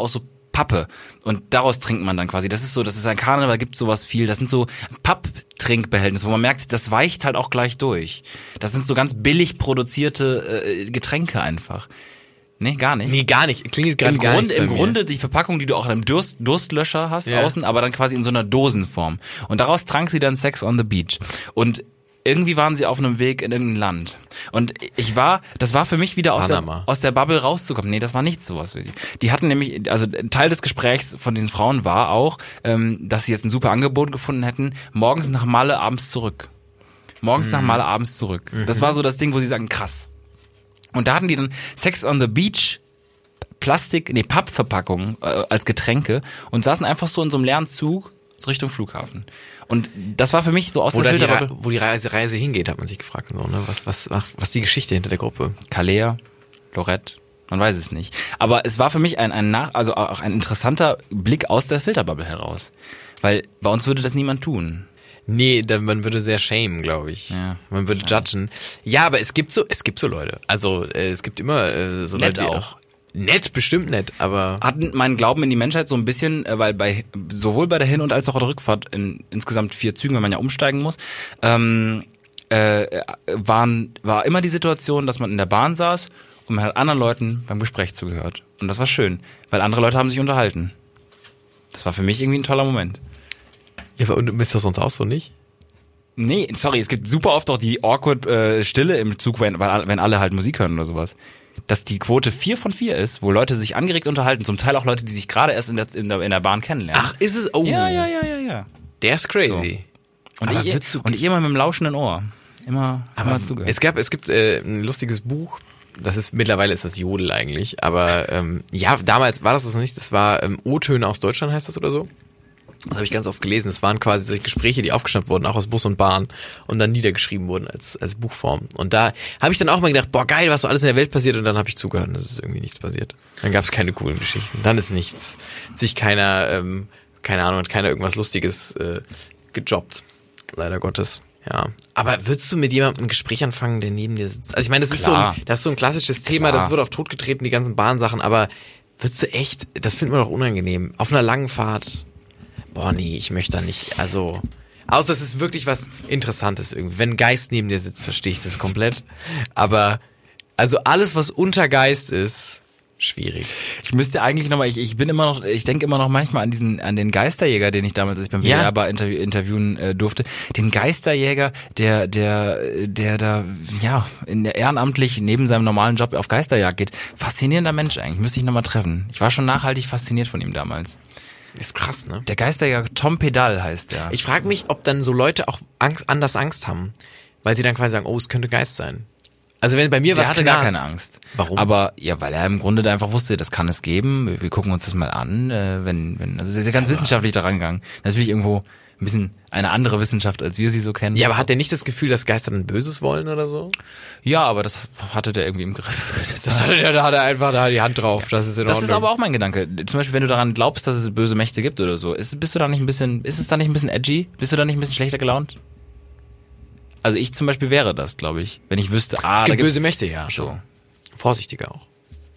Speaker 4: Pappe und daraus trinkt man dann quasi. Das ist so, das ist ein Karneval, da gibt sowas viel. Das sind so Papptrinkbehältnisse, wo man merkt, das weicht halt auch gleich durch. Das sind so ganz billig produzierte äh, Getränke einfach. Nee, gar nicht.
Speaker 5: Nee, gar nicht. Klingelt gerade
Speaker 4: Im
Speaker 5: gar
Speaker 4: Grund,
Speaker 5: nichts bei
Speaker 4: Im
Speaker 5: mir.
Speaker 4: Grunde die Verpackung, die du auch in einem Durst, Durstlöscher hast
Speaker 5: Ja.
Speaker 4: außen, aber dann quasi in so einer Dosenform. Und daraus trank sie dann Sex on the Beach. Und irgendwie waren sie auf einem Weg in irgendein Land. Und ich war, das war für mich wieder aus
Speaker 5: Panama.
Speaker 4: der, aus der Bubble rauszukommen. Nee, das war nicht sowas für die. Die hatten nämlich, also Teil des Gesprächs von diesen Frauen war auch, ähm, dass sie jetzt ein super Angebot gefunden hätten, morgens nach Malle, abends zurück. Morgens
Speaker 5: Mhm.
Speaker 4: nach Malle, abends zurück. Das war so das Ding, wo sie sagen, krass. Und da hatten die dann Sex on the Beach, Plastik, nee, Pappverpackungen äh, als Getränke und saßen einfach so in so einem leeren Zug Richtung Flughafen. Und das war für mich so aus
Speaker 5: Wo,
Speaker 4: der
Speaker 5: da die
Speaker 4: Filterbubble.
Speaker 5: Re- wo die Reise, Reise hingeht, hat man sich gefragt. So, ne? was, was, was ist die Geschichte hinter der Gruppe?
Speaker 4: Kalea, Lorette, man weiß es nicht. Aber es war für mich ein, ein nach, also auch ein interessanter Blick aus der Filterbubble heraus. Weil bei uns würde das niemand tun.
Speaker 5: Nee, da, man würde sehr shamen, glaube ich.
Speaker 4: Ja.
Speaker 5: Man würde judgen. Ja, aber es gibt so, es gibt so Leute. Also äh, es gibt immer äh, so
Speaker 4: Nett
Speaker 5: Leute, die
Speaker 4: auch.
Speaker 5: Nett, bestimmt nett, aber
Speaker 4: Hatten meinen Glauben in die Menschheit so ein bisschen, äh, weil bei sowohl bei der Hin- und als auch bei der Rückfahrt in insgesamt vier Zügen, wenn man ja umsteigen muss, ähm, äh, waren war immer die Situation, dass man in der Bahn saß und man hat anderen Leuten beim Gespräch zugehört. Und das war schön, weil andere Leute haben sich unterhalten. Das war für mich irgendwie ein toller Moment.
Speaker 5: ja, aber und ist das sonst auch so nicht?
Speaker 4: Nee, sorry, es gibt super oft auch die awkward äh, Stille im Zug, wenn, weil- wenn alle halt Musik hören oder sowas. Dass die Quote vier von vier ist, wo Leute sich angeregt unterhalten, zum Teil auch Leute, die sich gerade erst in der, in der, in der Bahn kennenlernen.
Speaker 5: Ach, ist es? Oh,
Speaker 4: Ja, ja, ja, ja, ja.
Speaker 5: der ist crazy.
Speaker 4: Und,
Speaker 5: Aber
Speaker 4: ich,
Speaker 5: würdest du-
Speaker 4: und ich immer mit dem lauschenden Ohr. Immer,
Speaker 5: Aber
Speaker 4: immer zugehört.
Speaker 5: es gab, es gibt äh, ein lustiges Buch. Das ist mittlerweile ist das Jodel eigentlich, aber ähm, ja, damals war das das noch nicht. Das war ähm, O-Töne aus Deutschland heißt das oder so. Das habe ich ganz oft gelesen. Es waren quasi solche Gespräche, die aufgeschnappt wurden, auch aus Bus und Bahn und dann niedergeschrieben wurden als als Buchform. Und da habe ich dann auch mal gedacht, boah geil, was so alles in der Welt passiert. Und dann habe ich zugehört und es ist irgendwie nichts passiert. Dann gab es keine coolen Geschichten. Dann ist nichts. Hat sich keiner, ähm, keine Ahnung, hat keiner irgendwas Lustiges äh, gejobbt. Leider Gottes. Ja. Aber würdest du mit jemandem ein Gespräch anfangen, der neben dir sitzt? Also ich meine, das ist so
Speaker 4: Klar.
Speaker 5: ein, das ist so ein klassisches Thema,
Speaker 4: Klar.
Speaker 5: das wird auch totgetreten, die ganzen Bahnsachen, aber würdest du echt, das findet man doch unangenehm. Auf einer langen Fahrt. Boah, nee, ich möchte da nicht, also, außer es ist wirklich was Interessantes irgendwie. Wenn ein Geist neben dir sitzt, verstehe ich das komplett. Aber, also alles, was unter Geist ist, schwierig.
Speaker 4: Ich müsste eigentlich nochmal, ich, ich bin immer noch, ich denke immer noch manchmal an diesen, an den Geisterjäger, den ich damals, als ich beim
Speaker 5: Ja.
Speaker 4: W D R-Bar interview, interviewen äh, durfte. Den Geisterjäger, der, der, der da, ja, in der ehrenamtlich neben seinem normalen Job auf Geisterjagd geht. Faszinierender Mensch eigentlich, müsste ich nochmal treffen. Ich war schon nachhaltig fasziniert von ihm damals.
Speaker 5: Ist krass, ne?
Speaker 4: Der Geisterjäger Tom Pedal heißt der.
Speaker 5: Ich frage mich, ob dann so Leute auch Angst, anders Angst haben, weil sie dann quasi sagen, oh, es könnte Geist sein. Also wenn bei mir
Speaker 4: Der
Speaker 5: was
Speaker 4: hatte
Speaker 5: knarzt,
Speaker 4: gar keine Angst.
Speaker 5: Warum?
Speaker 4: Aber ja, weil er im Grunde da einfach wusste, das kann es geben. Wir, wir gucken uns das mal an. Äh, wenn, wenn, also er ist ja ganz wissenschaftlich daran gegangen. Natürlich irgendwo ein bisschen eine andere Wissenschaft, als wir sie so kennen.
Speaker 5: Ja, aber hat der nicht das Gefühl, dass Geister dann Böses wollen oder so?
Speaker 4: Ja, aber das hatte der irgendwie im Griff. Das,
Speaker 5: Das hatte der, da hat er einfach da die Hand drauf. Das ist in
Speaker 4: das
Speaker 5: Ordnung.
Speaker 4: ist aber auch mein Gedanke. Zum Beispiel, wenn du daran glaubst, dass es böse Mächte gibt oder so, ist, bist du da nicht ein bisschen, ist es da nicht ein bisschen edgy? Bist du da nicht ein bisschen schlechter gelaunt? Also ich zum Beispiel wäre das, glaube ich, wenn ich wüsste, ah,
Speaker 5: es
Speaker 4: da
Speaker 5: gibt
Speaker 4: gibt's
Speaker 5: böse Mächte, ja. Schon.
Speaker 4: so.
Speaker 5: Vorsichtiger auch.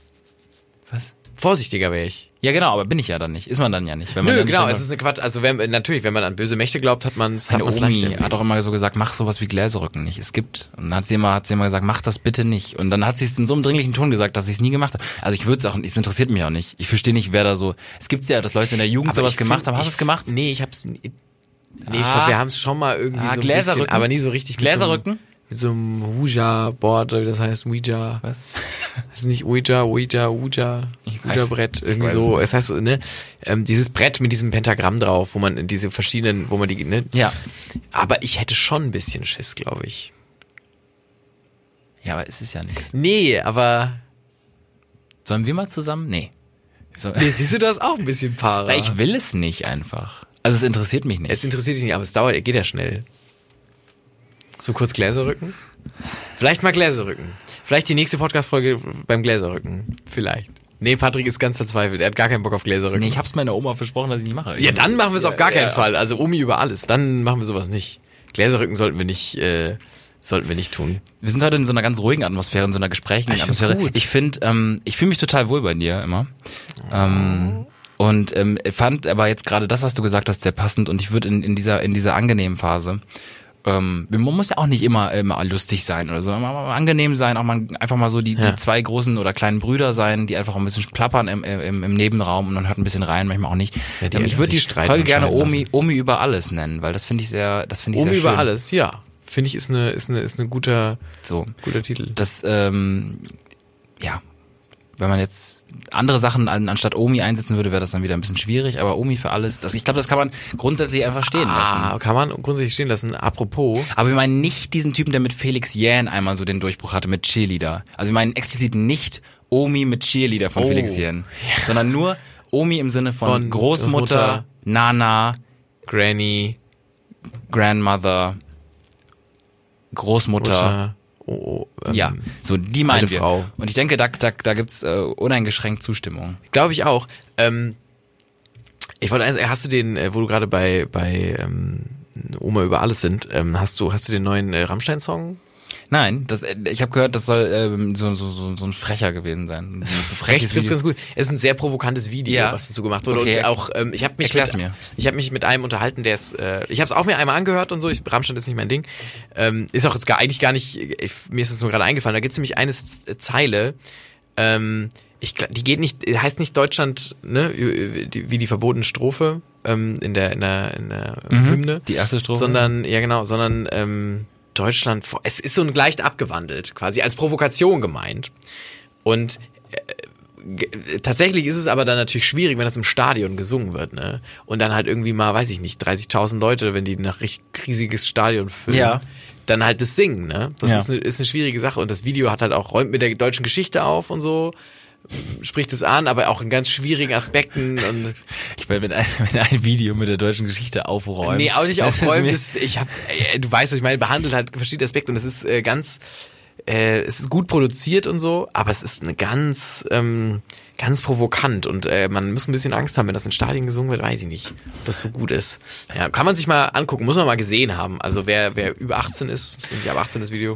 Speaker 4: Was?
Speaker 5: Vorsichtiger wäre ich.
Speaker 4: Ja, genau, aber bin ich ja dann nicht. Ist man dann ja nicht. Wenn man
Speaker 5: Nö,
Speaker 4: dann
Speaker 5: genau,
Speaker 4: nicht
Speaker 5: es ist eine Quatsch. Also wenn, natürlich, wenn man an böse Mächte glaubt, hat man es hat
Speaker 4: Meine
Speaker 5: man's leicht
Speaker 4: Omi
Speaker 5: irgendwie.
Speaker 4: hat auch immer so gesagt, mach sowas wie Gläserrücken nicht. Es gibt. Und dann hat sie immer, hat sie immer gesagt, mach das bitte nicht. Und dann hat sie es in so einem dringlichen Ton gesagt, dass ich es nie gemacht habe. Also ich würde es auch, es interessiert mich auch nicht. Ich verstehe nicht, wer da so. Es gibt's ja, dass Leute in der Jugend
Speaker 5: Aber
Speaker 4: sowas
Speaker 5: ich
Speaker 4: gemacht
Speaker 5: find-
Speaker 4: haben. Hast du
Speaker 5: ich-
Speaker 4: es gemacht?
Speaker 5: Nee, ich hab's. Nee, ich
Speaker 4: Ah.
Speaker 5: glaub, wir haben es schon mal irgendwie
Speaker 4: Ah,
Speaker 5: so ein
Speaker 4: Gläserrücken?
Speaker 5: bisschen, aber nie so richtig.
Speaker 4: Gläserrücken?
Speaker 5: Mit so einem, mit so einem Ouija-Board, oder wie das heißt, Ouija.
Speaker 4: Was?
Speaker 5: Das ist nicht Ouija, Ouija, Ouija,
Speaker 4: Ich weiß-
Speaker 5: Ouija-Brett, irgendwie
Speaker 4: weiß
Speaker 5: so.
Speaker 4: es
Speaker 5: Es heißt, so, ne, ähm, dieses Brett mit diesem Pentagramm drauf, wo man diese verschiedenen, wo man die, ne.
Speaker 4: Ja.
Speaker 5: Aber ich hätte schon ein bisschen Schiss, glaube ich.
Speaker 4: Ja, aber es ist ja nichts.
Speaker 5: Nee, aber,
Speaker 4: Sollen wir mal zusammen? Nee. So-
Speaker 5: nee, siehst du das auch ein bisschen para?
Speaker 4: Na, ich will es nicht einfach. Also es interessiert mich nicht.
Speaker 5: Es interessiert dich nicht, aber es dauert, geht ja schnell. So kurz Gläserrücken? Vielleicht mal Gläserrücken. Vielleicht die nächste Podcast-Folge beim Gläserrücken. Vielleicht. Nee, Patrick ist ganz verzweifelt. Er hat gar keinen Bock auf Gläserrücken.
Speaker 4: Nee, ich hab's meiner Oma versprochen, dass ich nicht mache.
Speaker 5: ja, dann machen wir es auf gar keinen
Speaker 4: ja.
Speaker 5: Fall. Also Omi über alles. Dann machen wir sowas nicht. Gläserrücken sollten wir nicht, äh, sollten wir nicht tun.
Speaker 4: Wir sind heute in so einer ganz ruhigen Atmosphäre, in so einer gesprächigen
Speaker 5: Ich find's
Speaker 4: Atmosphäre.
Speaker 5: gut.
Speaker 4: Ich finde, ähm, ich fühle mich total wohl bei dir immer. Ähm, Und ähm, fand aber jetzt gerade das, was du gesagt hast, sehr passend. Und ich würde in, in dieser in dieser angenehmen Phase, ähm, man muss ja auch nicht immer immer lustig sein oder so, man mal angenehm sein, auch mal einfach mal so die,
Speaker 5: Ja.
Speaker 4: die zwei großen oder kleinen Brüder sein, die einfach ein bisschen plappern im, im, im Nebenraum und man hört ein bisschen rein, manchmal auch nicht.
Speaker 5: Ja, die
Speaker 4: ähm, ich
Speaker 5: Eltern
Speaker 4: würde die
Speaker 5: sich streiten
Speaker 4: Folge
Speaker 5: und
Speaker 4: gerne
Speaker 5: scheiden
Speaker 4: Omi
Speaker 5: lassen.
Speaker 4: Omi über alles nennen, weil das finde ich sehr, das finde ich
Speaker 5: Omi
Speaker 4: sehr schön.
Speaker 5: über alles, ja. Finde ich, ist eine, ist eine, ist eine guter,
Speaker 4: So.
Speaker 5: guter Titel.
Speaker 4: Das, ähm, ja, wenn man jetzt andere Sachen an, anstatt Omi einsetzen würde, wäre das dann wieder ein bisschen schwierig, aber Omi für alles, das, ich glaube, das kann man grundsätzlich einfach stehen lassen.
Speaker 5: Ah, kann man grundsätzlich stehen lassen. Apropos.
Speaker 4: Aber wir meinen nicht diesen Typen, der mit Felix Jähn einmal so den Durchbruch hatte mit Cheerleader. Also wir meinen explizit nicht Omi mit Cheerleader von
Speaker 5: Oh.
Speaker 4: Felix Jähn, sondern nur Omi im Sinne von,
Speaker 5: Von
Speaker 4: Großmutter,
Speaker 5: Großmutter,
Speaker 4: Nana,
Speaker 5: Granny,
Speaker 4: Grandmother, Großmutter.
Speaker 5: Mutter, oh, oh, ähm,
Speaker 4: Ja, so die meinen
Speaker 5: alte
Speaker 4: wir.
Speaker 5: Frau.
Speaker 4: Und ich denke, da, da, da gibt's äh, uneingeschränkt Zustimmung.
Speaker 5: Glaube ich auch. Ähm, ich wollte, eins- hast du den, äh, wo du gerade bei bei ähm, Oma über alles sind, ähm, hast du hast du den neuen äh, Rammstein-Song?
Speaker 4: Nein, das, äh, ich habe gehört, das soll ähm, so, so, so, so ein Frecher gewesen sein. So freches
Speaker 5: Rechts trifft's
Speaker 4: Video.
Speaker 5: ganz gut. Es ist ein sehr provokantes Video,
Speaker 4: Ja.
Speaker 5: was dazu gemacht wurde.
Speaker 4: Okay.
Speaker 5: Und auch, ähm, ich habe mich,
Speaker 4: Erklär's
Speaker 5: mit,
Speaker 4: mir.
Speaker 5: ich habe mich mit einem unterhalten, der ist, äh, ich habe es auch mir einmal angehört und so. Ich, Rammstein ist nicht mein Ding. Ähm, ist auch jetzt gar eigentlich gar nicht. Ich, mir ist es nur gerade eingefallen. Da gibt's nämlich eine Z- Zeile. Ähm, ich, gl- die geht nicht, heißt nicht Deutschland, ne, die, wie die verbotene Strophe ähm, in der in der in der
Speaker 4: Mhm.
Speaker 5: Hymne.
Speaker 4: Die erste Strophe?
Speaker 5: Sondern ja genau, sondern ähm, Deutschland. Es ist so ein leicht abgewandelt, quasi als Provokation gemeint. Und G- tatsächlich ist es aber dann natürlich schwierig, wenn das im Stadion gesungen wird, ne? Und dann halt irgendwie mal, weiß ich nicht, dreißigtausend Leute, wenn die nach richtig riesiges Stadion füllen,
Speaker 4: Ja.
Speaker 5: dann halt das Singen, ne? Das
Speaker 4: Ja.
Speaker 5: ist, eine, ist eine schwierige Sache und das Video hat halt auch, räumt mit der deutschen Geschichte auf und so, spricht es an, aber auch in ganz schwierigen Aspekten und
Speaker 4: Ich meine, wenn ein, wenn ein Video mit der deutschen Geschichte aufräumt.
Speaker 5: nee, auch nicht
Speaker 4: das ist
Speaker 5: aufräumt,
Speaker 4: mir-
Speaker 5: das, ich hab, äh, du weißt, was ich meine, behandelt halt verschiedene Aspekte und es ist äh, ganz, äh, es ist gut produziert und so, aber es ist eine ganz, ähm, ganz provokant und äh, man muss ein bisschen Angst haben, wenn das in Stadien gesungen wird, weiß ich nicht, ob das so gut ist. Ja, kann man sich mal angucken, muss man mal gesehen haben. Also wer, wer über achtzehn ist, das ist nämlich ab achtzehn das Video.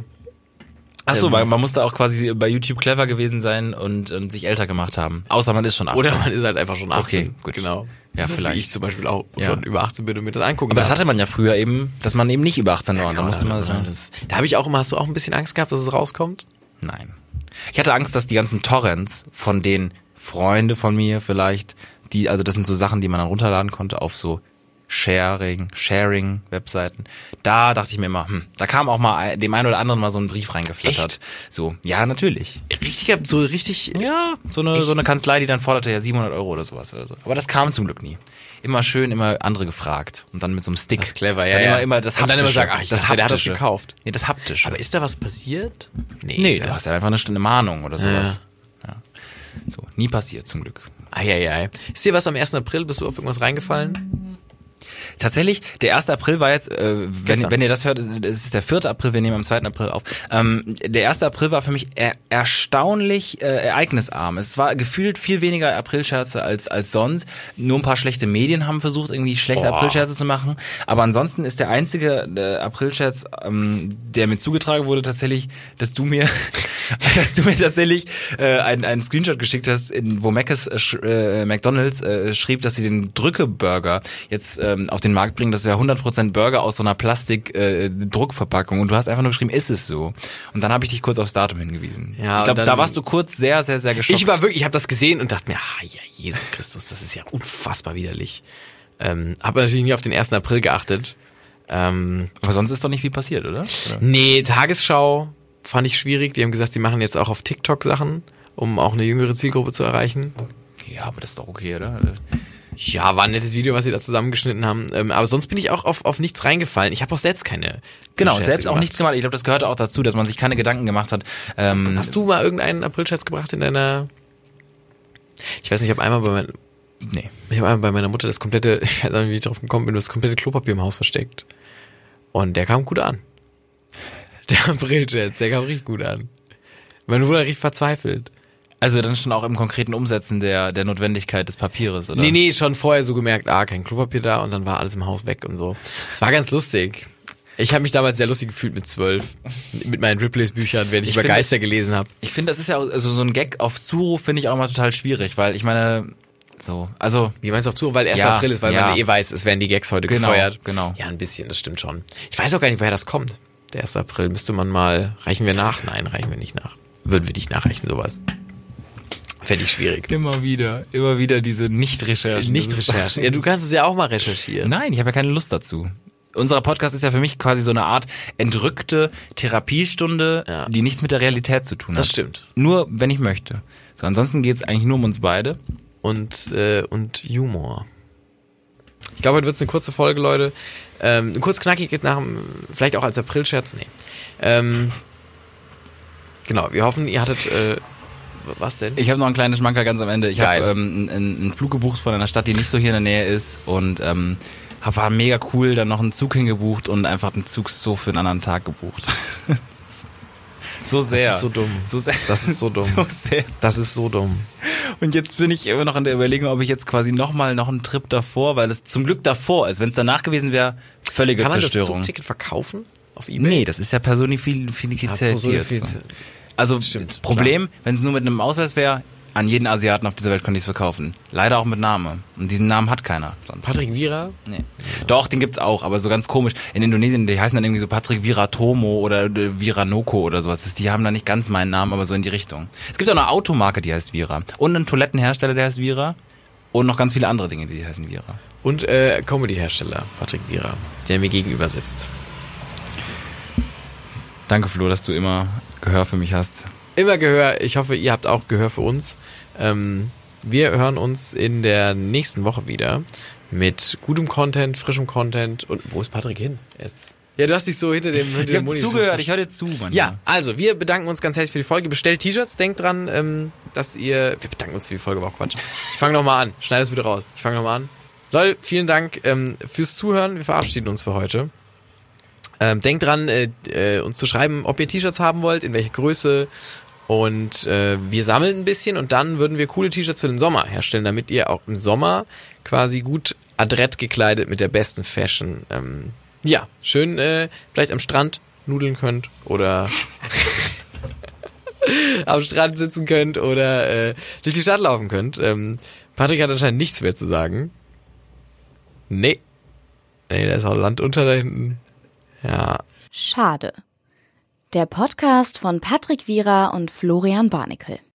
Speaker 4: Ach so,
Speaker 5: Ähm,
Speaker 4: man, man muss da auch quasi bei YouTube clever gewesen sein und, und sich älter gemacht haben. Außer man ist schon achtzehn.
Speaker 5: Oder man ist halt einfach schon achtzehn.
Speaker 4: Okay, gut.
Speaker 5: Genau.
Speaker 4: Ja,
Speaker 5: so
Speaker 4: vielleicht.
Speaker 5: Wie ich zum Beispiel auch
Speaker 4: Ja.
Speaker 5: schon über achtzehn bin und mir das angucken
Speaker 4: Aber das
Speaker 5: darf.
Speaker 4: hatte man ja früher eben, dass man eben nicht über achtzehn war. Da musste man das,
Speaker 5: Ja, das, da habe ich auch immer, hast du auch ein bisschen Angst gehabt, dass es rauskommt?
Speaker 4: Nein. Ich hatte Angst, dass die ganzen Torrents von den Freunde von mir vielleicht, die, also das sind so Sachen, die man dann runterladen konnte auf so Sharing, Sharing-Webseiten. Da dachte ich mir immer, hm, da kam auch mal dem einen oder anderen mal so ein Brief reingeflattert. So, ja, natürlich.
Speaker 5: Richtig, so richtig,
Speaker 4: Ja, so eine, so eine Kanzlei, die dann forderte ja siebenhundert Euro oder sowas oder so. Aber das kam zum Glück nie. Immer schön, immer andere gefragt. Und dann mit so einem Stick.
Speaker 5: Das ist clever, ja,
Speaker 4: Dann
Speaker 5: ja.
Speaker 4: immer, immer das
Speaker 5: Und dann
Speaker 4: Haptische.
Speaker 5: immer sagen, ach, ich
Speaker 4: das
Speaker 5: dachte, der hat das
Speaker 4: Haptische.
Speaker 5: gekauft.
Speaker 4: Nee, das Haptische.
Speaker 5: Aber ist da was passiert?
Speaker 4: nee,
Speaker 5: ja.
Speaker 4: du hast ja einfach eine, eine Mahnung oder sowas. Ja. So, nie passiert zum Glück.
Speaker 5: Eieiei. Ist dir was am ersten April, bist du auf irgendwas reingefallen?
Speaker 4: Tatsächlich, der erste April war jetzt, äh, wenn,
Speaker 5: Gestern.
Speaker 4: wenn ihr das hört, es ist der vierte April, wir nehmen am zweiten April auf. Ähm, der erste April war für mich er, erstaunlich äh, ereignisarm. Es war gefühlt viel weniger Aprilscherze als als sonst. Nur ein paar schlechte Medien haben versucht, irgendwie schlechte
Speaker 5: Boah.
Speaker 4: Aprilscherze zu machen. Aber ansonsten ist der einzige äh, Aprilscherz, ähm, der mir zugetragen wurde, tatsächlich, dass du mir, dass du mir tatsächlich äh, einen, einen Screenshot geschickt hast, in, wo Mc's, äh, sch- äh, McDonald's äh, schrieb, dass sie den Drücke-Burger jetzt ähm, auf den Markt bringen. Das ist ja hundert Prozent Burger aus so einer Plastik-Druckverpackung. Und du hast einfach nur geschrieben, ist es so? Und dann habe ich dich kurz aufs Datum hingewiesen.
Speaker 5: Ja,
Speaker 4: ich glaube,
Speaker 5: und
Speaker 4: da
Speaker 5: dann-
Speaker 4: warst du kurz sehr, sehr, sehr geschockt.
Speaker 5: Ich war wirklich, ich habe das gesehen und dachte mir, ah ja, Jesus Christus, das ist ja unfassbar widerlich. Ähm, habe natürlich nie auf den ersten April geachtet. Ähm,
Speaker 4: Aber sonst ist doch nicht viel passiert, oder? oder?
Speaker 5: nee, Tagesschau fand ich schwierig. Die haben gesagt, sie machen jetzt auch auf TikTok Sachen, um auch eine jüngere Zielgruppe zu erreichen.
Speaker 4: Ja, aber das ist doch okay, oder?
Speaker 5: Ja, war ein nettes Video, was sie da zusammengeschnitten haben. Ähm, aber sonst bin ich auch auf, auf nichts reingefallen. Ich habe auch selbst keine.
Speaker 4: Genau,
Speaker 5: Scherze
Speaker 4: selbst auch
Speaker 5: gemacht.
Speaker 4: nichts gemacht. Ich glaube, das gehörte auch dazu, dass man sich keine Gedanken gemacht hat. Ähm,
Speaker 5: Hast du mal irgendeinen Aprilscherz gebracht in deiner... Ich weiß nicht, ich habe einmal bei meiner...
Speaker 4: nee.
Speaker 5: Ich habe einmal bei meiner Mutter das komplette... Ich weiß nicht, wie ich drauf gekommen bin, das komplette Klopapier im Haus versteckt. Und der kam gut an. Der Aprilscherz, der kam richtig gut an. Meine Mutter richtig verzweifelt.
Speaker 4: Also dann schon auch im konkreten Umsetzen der der Notwendigkeit des Papieres, oder?
Speaker 5: Nee, nee, schon vorher so gemerkt, ah, kein Klopapier da und dann war alles im Haus weg und so. Es war ganz lustig. Ich habe mich damals sehr lustig gefühlt mit zwölf. Mit meinen Ripley's Büchern, während ich,
Speaker 4: Ich
Speaker 5: über
Speaker 4: finde-
Speaker 5: Geister gelesen habe.
Speaker 4: Ich finde, das ist ja auch, also so ein Gag auf Zuruf finde ich auch mal total schwierig, weil ich meine, So, also
Speaker 5: Wie meinst du auf Zuruf? Weil erster
Speaker 4: Ja,
Speaker 5: April ist, weil
Speaker 4: ja.
Speaker 5: man eh weiß, es werden die Gags heute
Speaker 4: Genau,
Speaker 5: gefeuert.
Speaker 4: genau.
Speaker 5: Ja, ein bisschen, das stimmt schon. Ich weiß auch gar nicht, woher das kommt. Der erste April. Müsste man mal, reichen wir nach? Nein, reichen wir nicht nach. Würden wir nicht nachreichen, sowas. Fände ich schwierig.
Speaker 4: immer wieder, immer wieder diese Nicht-Recherchen.
Speaker 5: Nicht
Speaker 4: Das ist-
Speaker 5: Recherchen. Ja, du kannst es ja auch mal recherchieren.
Speaker 4: Nein, ich habe ja keine Lust dazu. Unser Podcast ist ja für mich quasi so eine Art entrückte Therapiestunde,
Speaker 5: Ja.
Speaker 4: die nichts mit der Realität zu tun hat.
Speaker 5: Das stimmt.
Speaker 4: Nur, wenn ich möchte. So, ansonsten geht's eigentlich nur um uns beide.
Speaker 5: Und, äh, und Humor. Ich glaube, heute wird's eine kurze Folge, Leute. Ähm, kurz knackig nach dem, vielleicht auch als Aprilscherz. Nee. Ähm, genau, wir hoffen, ihr hattet, äh, was denn?
Speaker 4: Ich habe noch ein kleines Schmankerl ganz am Ende. Ich
Speaker 5: Geil.
Speaker 4: habe ähm, einen, einen Flug gebucht von einer Stadt, die nicht so hier in der Nähe ist und ähm, hab, war mega cool, dann noch einen Zug hingebucht und einfach den Zug so für einen anderen Tag gebucht. so sehr.
Speaker 5: Das ist so dumm.
Speaker 4: So sehr.
Speaker 5: Das ist so dumm.
Speaker 4: so sehr.
Speaker 5: Das ist so dumm.
Speaker 4: Und jetzt bin ich immer noch in der Überlegung, ob ich jetzt quasi nochmal noch einen Trip davor, weil es zum Glück davor ist. Wenn es danach gewesen wäre, völlige
Speaker 5: Kann man das
Speaker 4: Zerstörung.
Speaker 5: Zugticket verkaufen? Auf eBay?
Speaker 4: Nee, das ist ja personifiziert.
Speaker 5: personifiziert.
Speaker 4: Also
Speaker 5: Stimmt,
Speaker 4: Problem, wenn es nur mit einem Ausweis wäre, an jeden Asiaten auf dieser Welt könnte ich es verkaufen. Leider auch mit Name. Und diesen Namen hat keiner sonst.
Speaker 5: Patrick Vieira?
Speaker 4: Nee. Doch, den gibt's auch, aber so ganz komisch. In Indonesien, die heißen dann irgendwie so Patrick Viratomo oder äh, Viranoko oder sowas. Das, die haben da nicht ganz meinen Namen, aber so in die Richtung. Es gibt auch eine Automarke, die heißt Vira. Und einen Toilettenhersteller, der heißt Vira. Und noch ganz viele andere Dinge, die heißen Vira.
Speaker 5: Und äh, Comedy-Hersteller, Patrick Vieira, der mir gegenüber sitzt.
Speaker 4: Danke, Flo, dass du immer Gehör für mich hast.
Speaker 5: Immer Gehör. Ich hoffe, ihr habt auch Gehör für uns. Ähm, wir hören uns in der nächsten Woche wieder mit gutem Content, frischem Content. Und wo ist Patrick hin? Er ist ja, du hast dich so hinter dem hinter
Speaker 4: Ich
Speaker 5: dem
Speaker 4: habe
Speaker 5: Monitor-
Speaker 4: zugehört, ich höre dir zu, manchmal.
Speaker 5: Ja, also wir bedanken uns ganz herzlich für die Folge. Bestellt T-Shirts, denkt dran, ähm, dass ihr... Wir bedanken uns für die Folge, war auch Quatsch. Ich fange nochmal an. Schneid es bitte raus. Ich fange nochmal an. Leute, vielen Dank ähm, fürs Zuhören. Wir verabschieden uns für heute. Ähm, denkt dran, äh, äh, uns zu schreiben, ob ihr T-Shirts haben wollt, in welcher Größe. Und äh, wir sammeln ein bisschen und dann würden wir coole T-Shirts für den Sommer herstellen, damit ihr auch im Sommer quasi gut adrett gekleidet mit der besten Fashion ähm, ja, schön äh, vielleicht am Strand nudeln könnt oder am Strand sitzen könnt oder äh, durch die Stadt laufen könnt. Ähm, Patrick hat anscheinend nichts mehr zu sagen. Nee. Nee, da ist auch Land unter da hinten. Ja.
Speaker 3: Schade. Der Podcast von Patrick Vieira und Florian Barnikel.